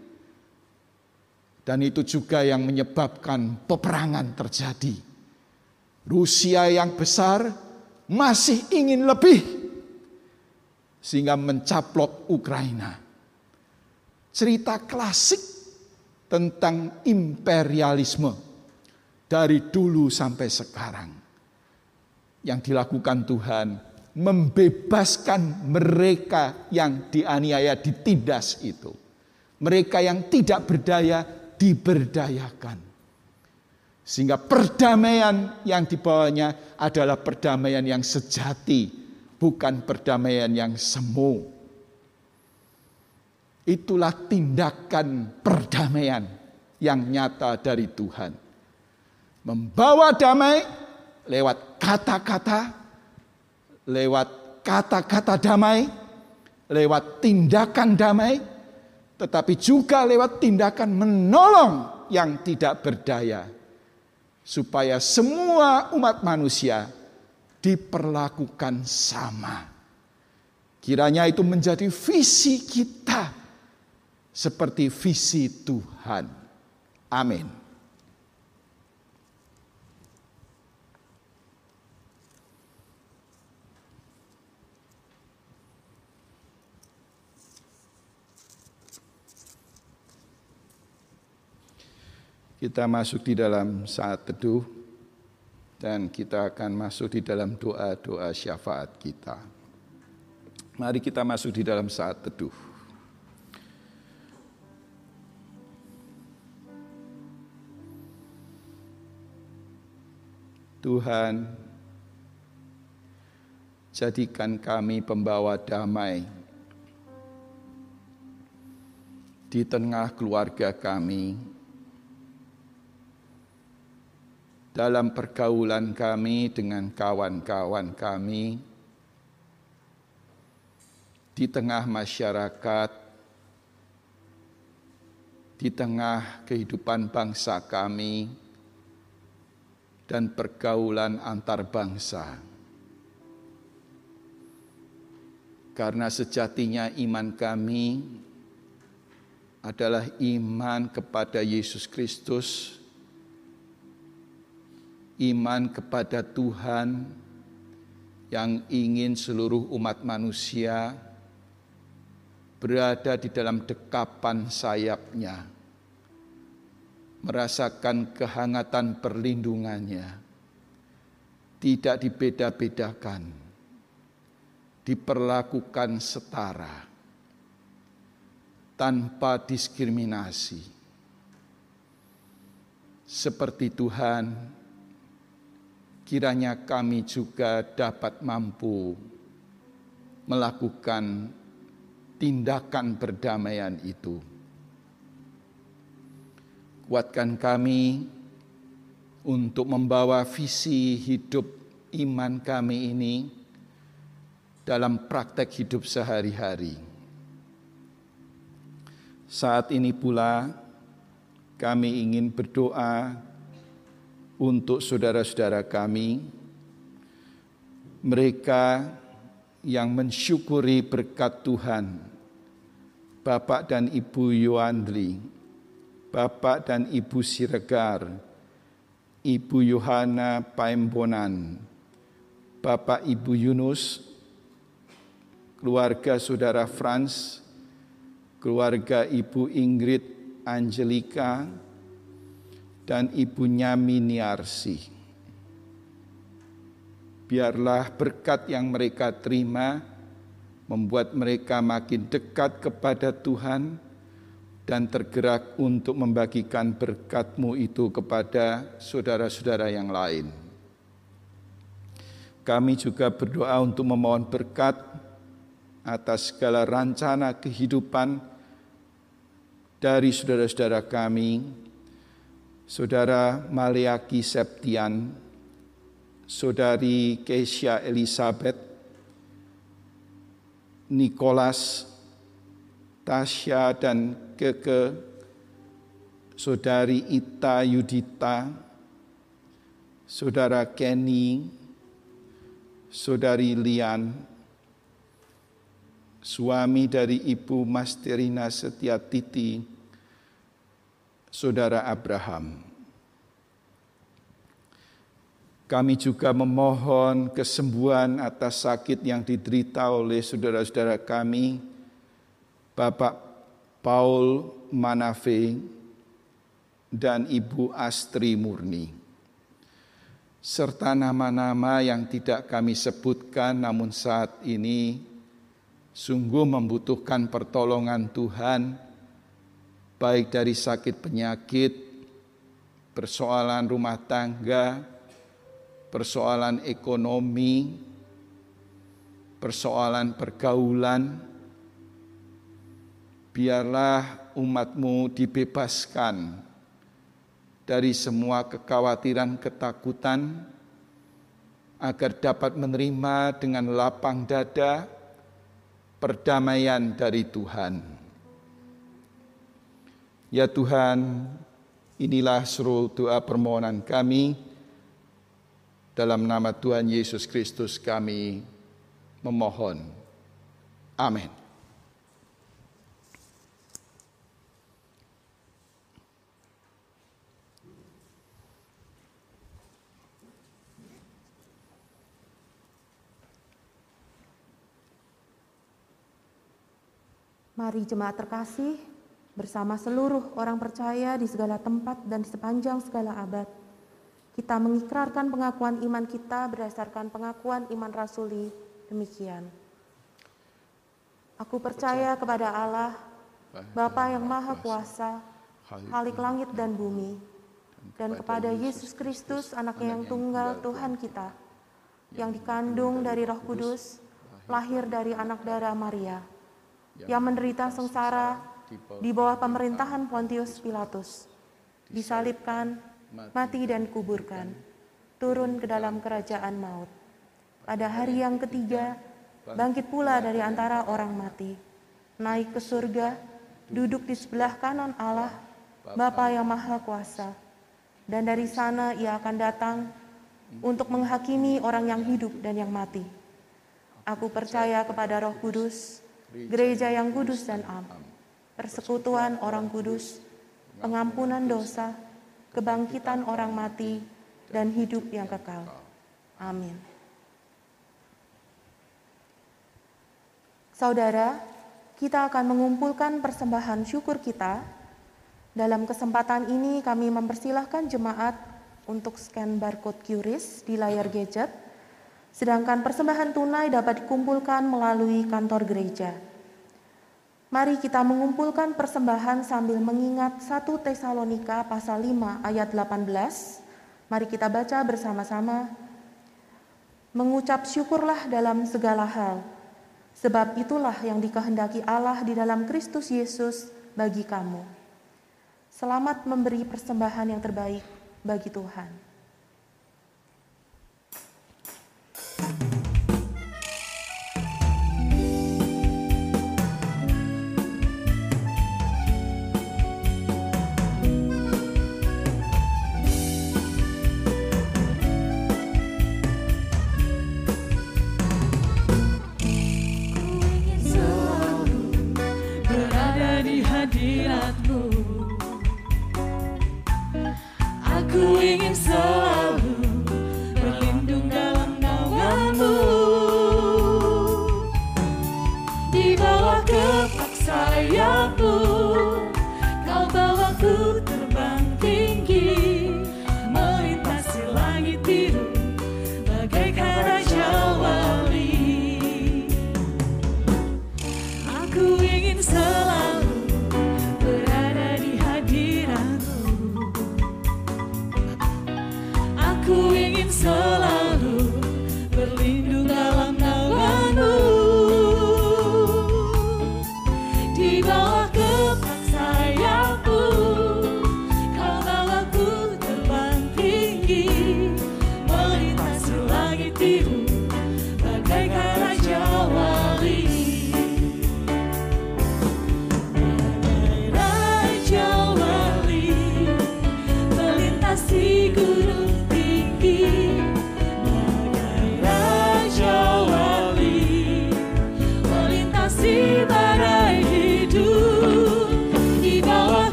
Dan itu juga yang menyebabkan peperangan terjadi. Rusia yang besar masih ingin lebih, sehingga mencaplok Ukraina. Cerita klasik tentang imperialisme dari dulu sampai sekarang. Yang dilakukan Tuhan, membebaskan mereka yang dianiaya, ditindas itu. Mereka yang tidak berdaya, diberdayakan. Sehingga perdamaian yang dibawanya adalah perdamaian yang sejati, bukan perdamaian yang semu. Itulah tindakan perdamaian yang nyata dari Tuhan. Membawa damai lewat kata-kata, lewat kata-kata damai, lewat tindakan damai, tetapi juga lewat tindakan menolong yang tidak berdaya. Supaya semua umat manusia diperlakukan sama. Kiranya itu menjadi visi kita seperti visi Tuhan. Amin. Kita masuk di dalam saat teduh dan kita akan masuk di dalam doa-doa syafaat kita. Mari kita masuk di dalam saat teduh. Tuhan, jadikan kami pembawa damai di tengah keluarga kami, dalam pergaulan kami dengan kawan-kawan kami, di tengah masyarakat, di tengah kehidupan bangsa kami, dan pergaulan antar bangsa. Karena sejatinya iman kami adalah iman kepada Yesus Kristus, iman kepada Tuhan yang ingin seluruh umat manusia berada di dalam dekapan sayapnya, merasakan kehangatan perlindungannya, tidak dibeda-bedakan, diperlakukan setara, tanpa diskriminasi. Seperti Tuhan, kiranya kami juga dapat mampu melakukan tindakan perdamaian itu. Kuatkan kami untuk membawa visi hidup iman kami ini dalam praktek hidup sehari-hari. Saat ini pula kami ingin berdoa untuk saudara-saudara kami, mereka yang mensyukuri berkat Tuhan, Bapak dan Ibu Yoandri, Bapak dan Ibu Siregar, Ibu Yohana Paembonan, Bapak Ibu Yunus, keluarga saudara Frans, keluarga Ibu Ingrid Angelika, dan ibunya Miniarsi. Biarlah berkat yang mereka terima membuat mereka makin dekat kepada Tuhan dan tergerak untuk membagikan berkat-Mu itu kepada saudara-saudara yang lain. Kami juga berdoa untuk memohon berkat atas segala rencana kehidupan dari saudara-saudara kami, Saudara Maleaki Septian, Saudari Keisha Elizabeth, Nicholas, Tasya dan Keke, Saudari Ita Yudita, Saudara Kenny, Saudari Lian, suami dari Ibu Masterina Setiatiti, Saudara Abraham. Kami juga memohon kesembuhan atas sakit yang diderita oleh saudara-saudara kami, Bapak Paul Manafe dan Ibu Astri Murni, serta nama-nama yang tidak kami sebutkan namun saat ini sungguh membutuhkan pertolongan Tuhan, baik dari sakit penyakit, persoalan rumah tangga, persoalan ekonomi, persoalan pergaulan. Biarlah umat-Mu dibebaskan dari semua kekhawatiran, ketakutan, agar dapat menerima dengan lapang dada perdamaian dari Tuhan. Ya Tuhan, inilah seluruh doa permohonan kami. Dalam nama Tuhan Yesus Kristus kami memohon. Amin. Mari jemaat terkasih, bersama seluruh orang percaya di segala tempat dan di sepanjang segala abad, kita mengikrarkan pengakuan iman kita berdasarkan pengakuan iman rasuli demikian. Aku percaya kepada Allah, Bapa yang Maha Kuasa, Khalik langit dan bumi, dan kepada Yesus Kristus, Anaknya yang tunggal Tuhan kita, yang dikandung dari Roh Kudus, lahir dari anak darah Maria, yang menderita sengsara di bawah pemerintahan Pontius Pilatus, disalibkan, mati dan kuburkan, turun ke dalam kerajaan maut. Pada hari yang ketiga, bangkit pula dari antara orang mati, naik ke surga, duduk di sebelah kanan Allah, Bapa yang Maha Kuasa, dan dari sana Ia akan datang untuk menghakimi orang yang hidup dan yang mati. Aku percaya kepada Roh Kudus, gereja yang kudus dan am, persekutuan orang kudus, pengampunan dosa, kebangkitan orang mati, dan hidup yang kekal. Amin. Saudara, kita akan mengumpulkan persembahan syukur kita. Dalam kesempatan ini kami mempersilahkan jemaat untuk scan barcode Q R I S di layar gadget, sedangkan persembahan tunai dapat dikumpulkan melalui kantor gereja. Mari kita mengumpulkan persembahan sambil mengingat satu Tesalonika pasal lima ayat delapan belas. Mari kita baca bersama-sama. Mengucap syukurlah dalam segala hal, sebab itulah yang dikehendaki Allah di dalam Kristus Yesus bagi kamu. Selamat memberi persembahan yang terbaik bagi Tuhan. Aku ingin selalu berlindung dalam naungan-Mu, di bawah kepak sayap-Mu, Kau bawaku terbang tinggi, melintasi langit biru bagaikan raja wali. Aku ingin selalu berada di hadirat-Mu,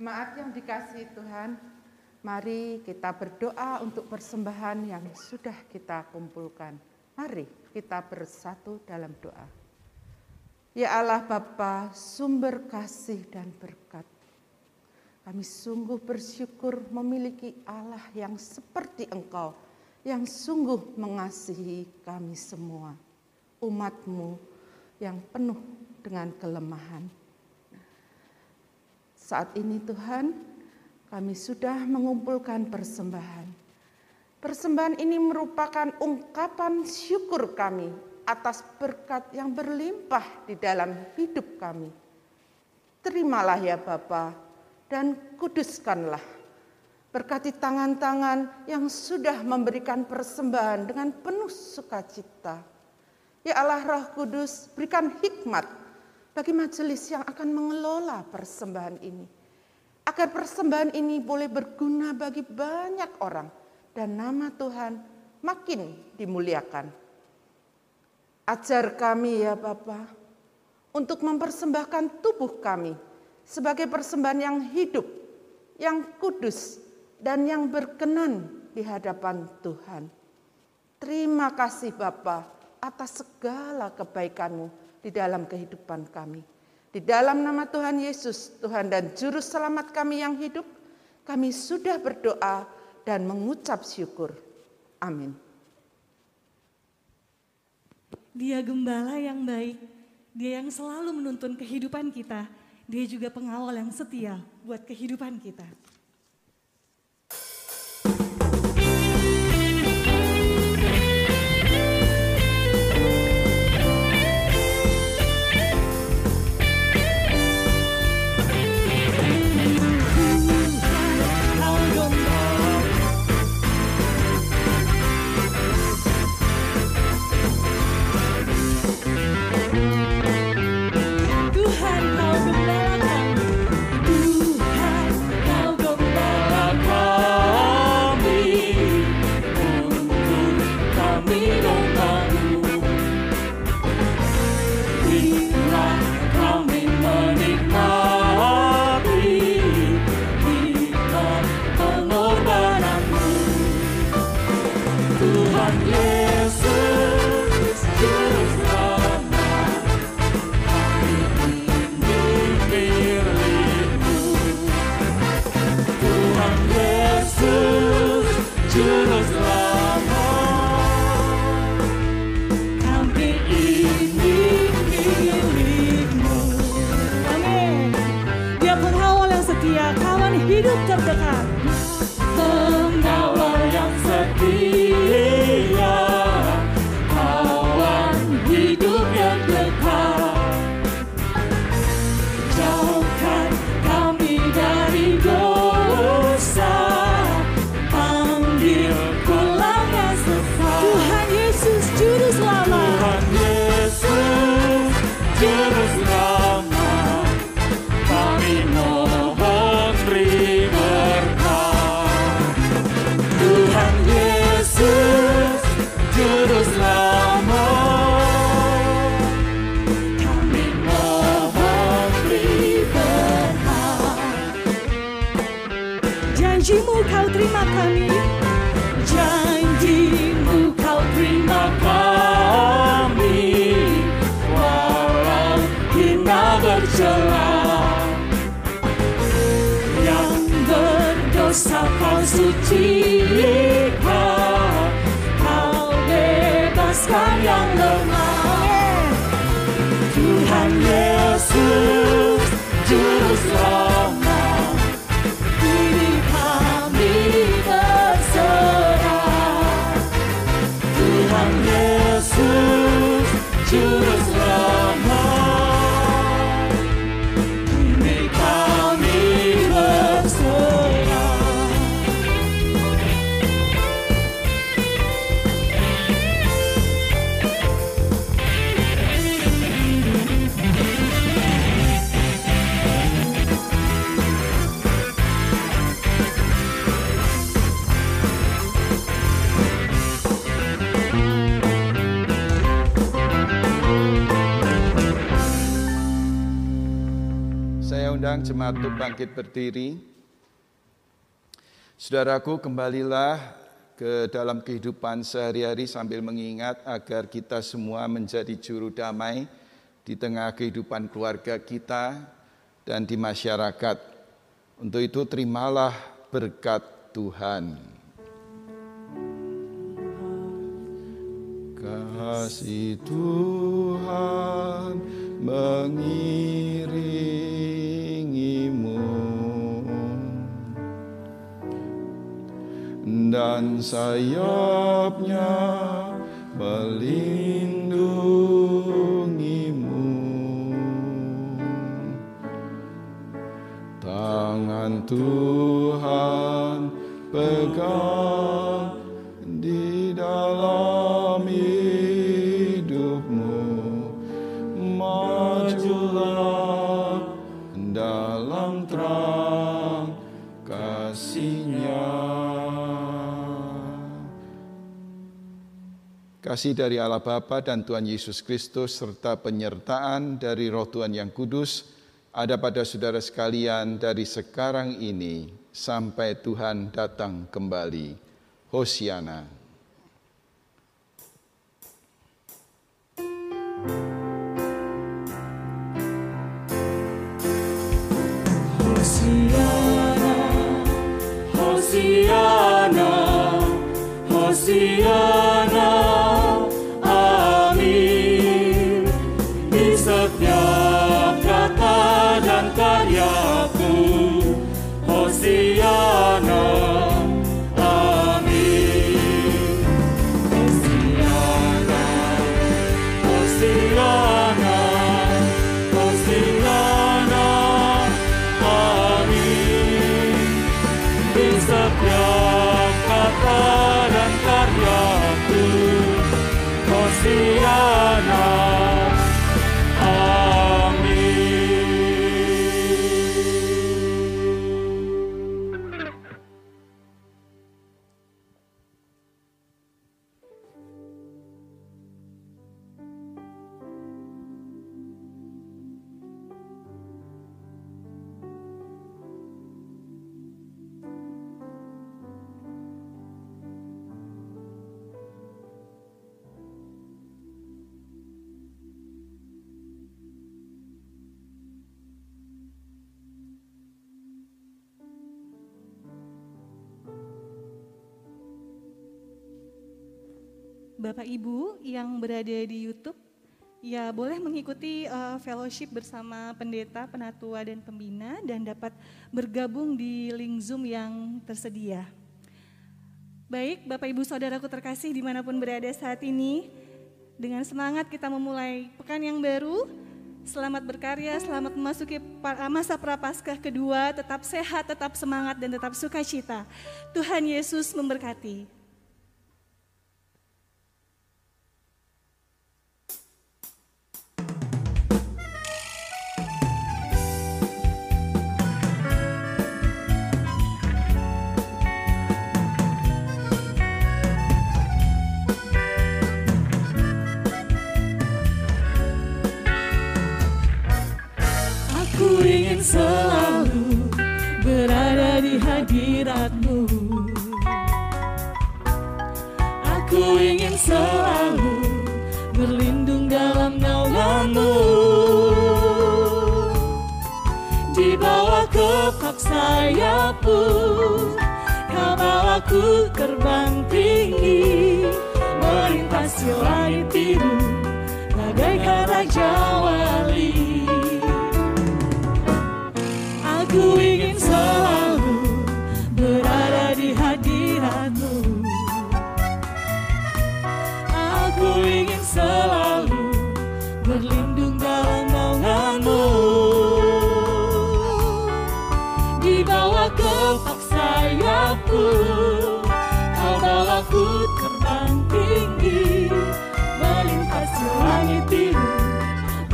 Jemaat yang dikasihi Tuhan, mari kita berdoa untuk persembahan yang sudah kita kumpulkan. Mari kita bersatu dalam doa. Ya Allah Bapa, sumber kasih dan berkat. Kami sungguh bersyukur memiliki Allah yang seperti Engkau, yang sungguh mengasihi kami semua, umat-Mu yang penuh dengan kelemahan. Saat ini Tuhan, kami sudah mengumpulkan persembahan. Persembahan ini merupakan ungkapan syukur kami atas berkat yang berlimpah di dalam hidup kami. Terimalah ya Bapa, dan kuduskanlah. Berkati tangan-tangan yang sudah memberikan persembahan dengan penuh sukacita. Ya Allah Roh Kudus, berikan hikmat bagi majelis yang akan mengelola persembahan ini. Agar persembahan ini boleh berguna bagi banyak orang dan nama Tuhan makin dimuliakan. Ajar kami ya Bapa untuk mempersembahkan tubuh kami sebagai persembahan yang hidup, yang kudus, dan yang berkenan di hadapan Tuhan. Terima kasih Bapa atas segala kebaikan-Mu di dalam kehidupan kami. Di dalam nama Tuhan Yesus, Tuhan dan Juru Selamat kami yang hidup, kami sudah berdoa dan mengucap syukur. Amin. Dia gembala yang baik, Dia yang selalu menuntun kehidupan kita. Dia juga pengawal yang setia buat kehidupan kita. Janji-Mu Kau terima kami, janji-Mu Kau terima kami, walau hina bercela. Yang berdosa Kau sucikan, Kau bebaskan yang lemah. Tuhan Yesus, Juru Selamat, kini kami berserah. Tuhan Yesus, Juru Selamat, kini kami berserah. mengundang jemaat untuk bangkit berdiri. Saudaraku, kembalilah ke dalam kehidupan sehari-hari sambil mengingat agar kita semua menjadi juru damai di tengah kehidupan keluarga kita dan di masyarakat. Untuk itu terimalah berkat Tuhan. Kasih Tuhan mengiringimu dan sayapnya melindungimu. Tangan Tuhan pegang di dalam hidupmu, majulah dalam terang kasih-Nya. Kasih dari Allah Bapa dan Tuhan Yesus Kristus serta penyertaan dari Roh Tuhan yang kudus ada pada saudara sekalian dari sekarang ini sampai Tuhan datang kembali. Hosiana. Hosiana, Hosiana, Hosiana, amin. Di setiap kata dan karyaku, Hosiana, amin. Hosiana, Hosiana, Hosiana, amin. Di setiap kata dan karyaku, Hosiana, Bapak Ibu yang berada di YouTube, ya boleh mengikuti uh, fellowship bersama pendeta, penatua, dan pembina dan dapat bergabung di link Zoom yang tersedia. Baik, Bapak Ibu Saudaraku terkasih dimanapun berada saat ini, dengan semangat kita memulai pekan yang baru. Selamat berkarya, selamat memasuki masa Prapaskah kedua, tetap sehat, tetap semangat, dan tetap sukacita. Tuhan Yesus memberkati. Aku ingin selalu berada di hadirat-Mu. Aku ingin selalu berlindung dalam naungan-Mu. Di bawah kepak sayap-Mu, Kau bawaku terbang tinggi, melintasi langit biru bagaikan Raja Wali. Aku ingin selalu berada di hadirat-Mu. Aku ingin selalu berlindung dalam naungan-Mu. Di bawah kepak sayap-Mu, Kau bawaku terbang tinggi, melintasi langit biru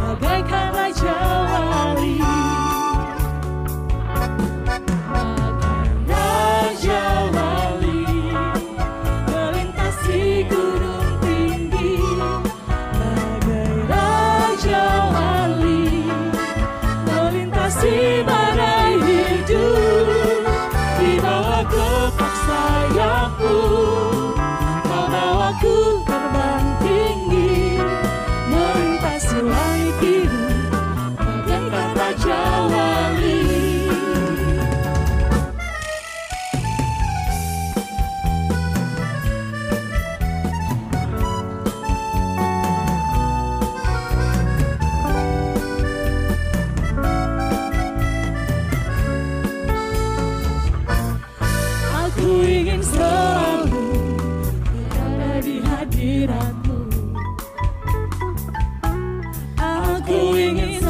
ingin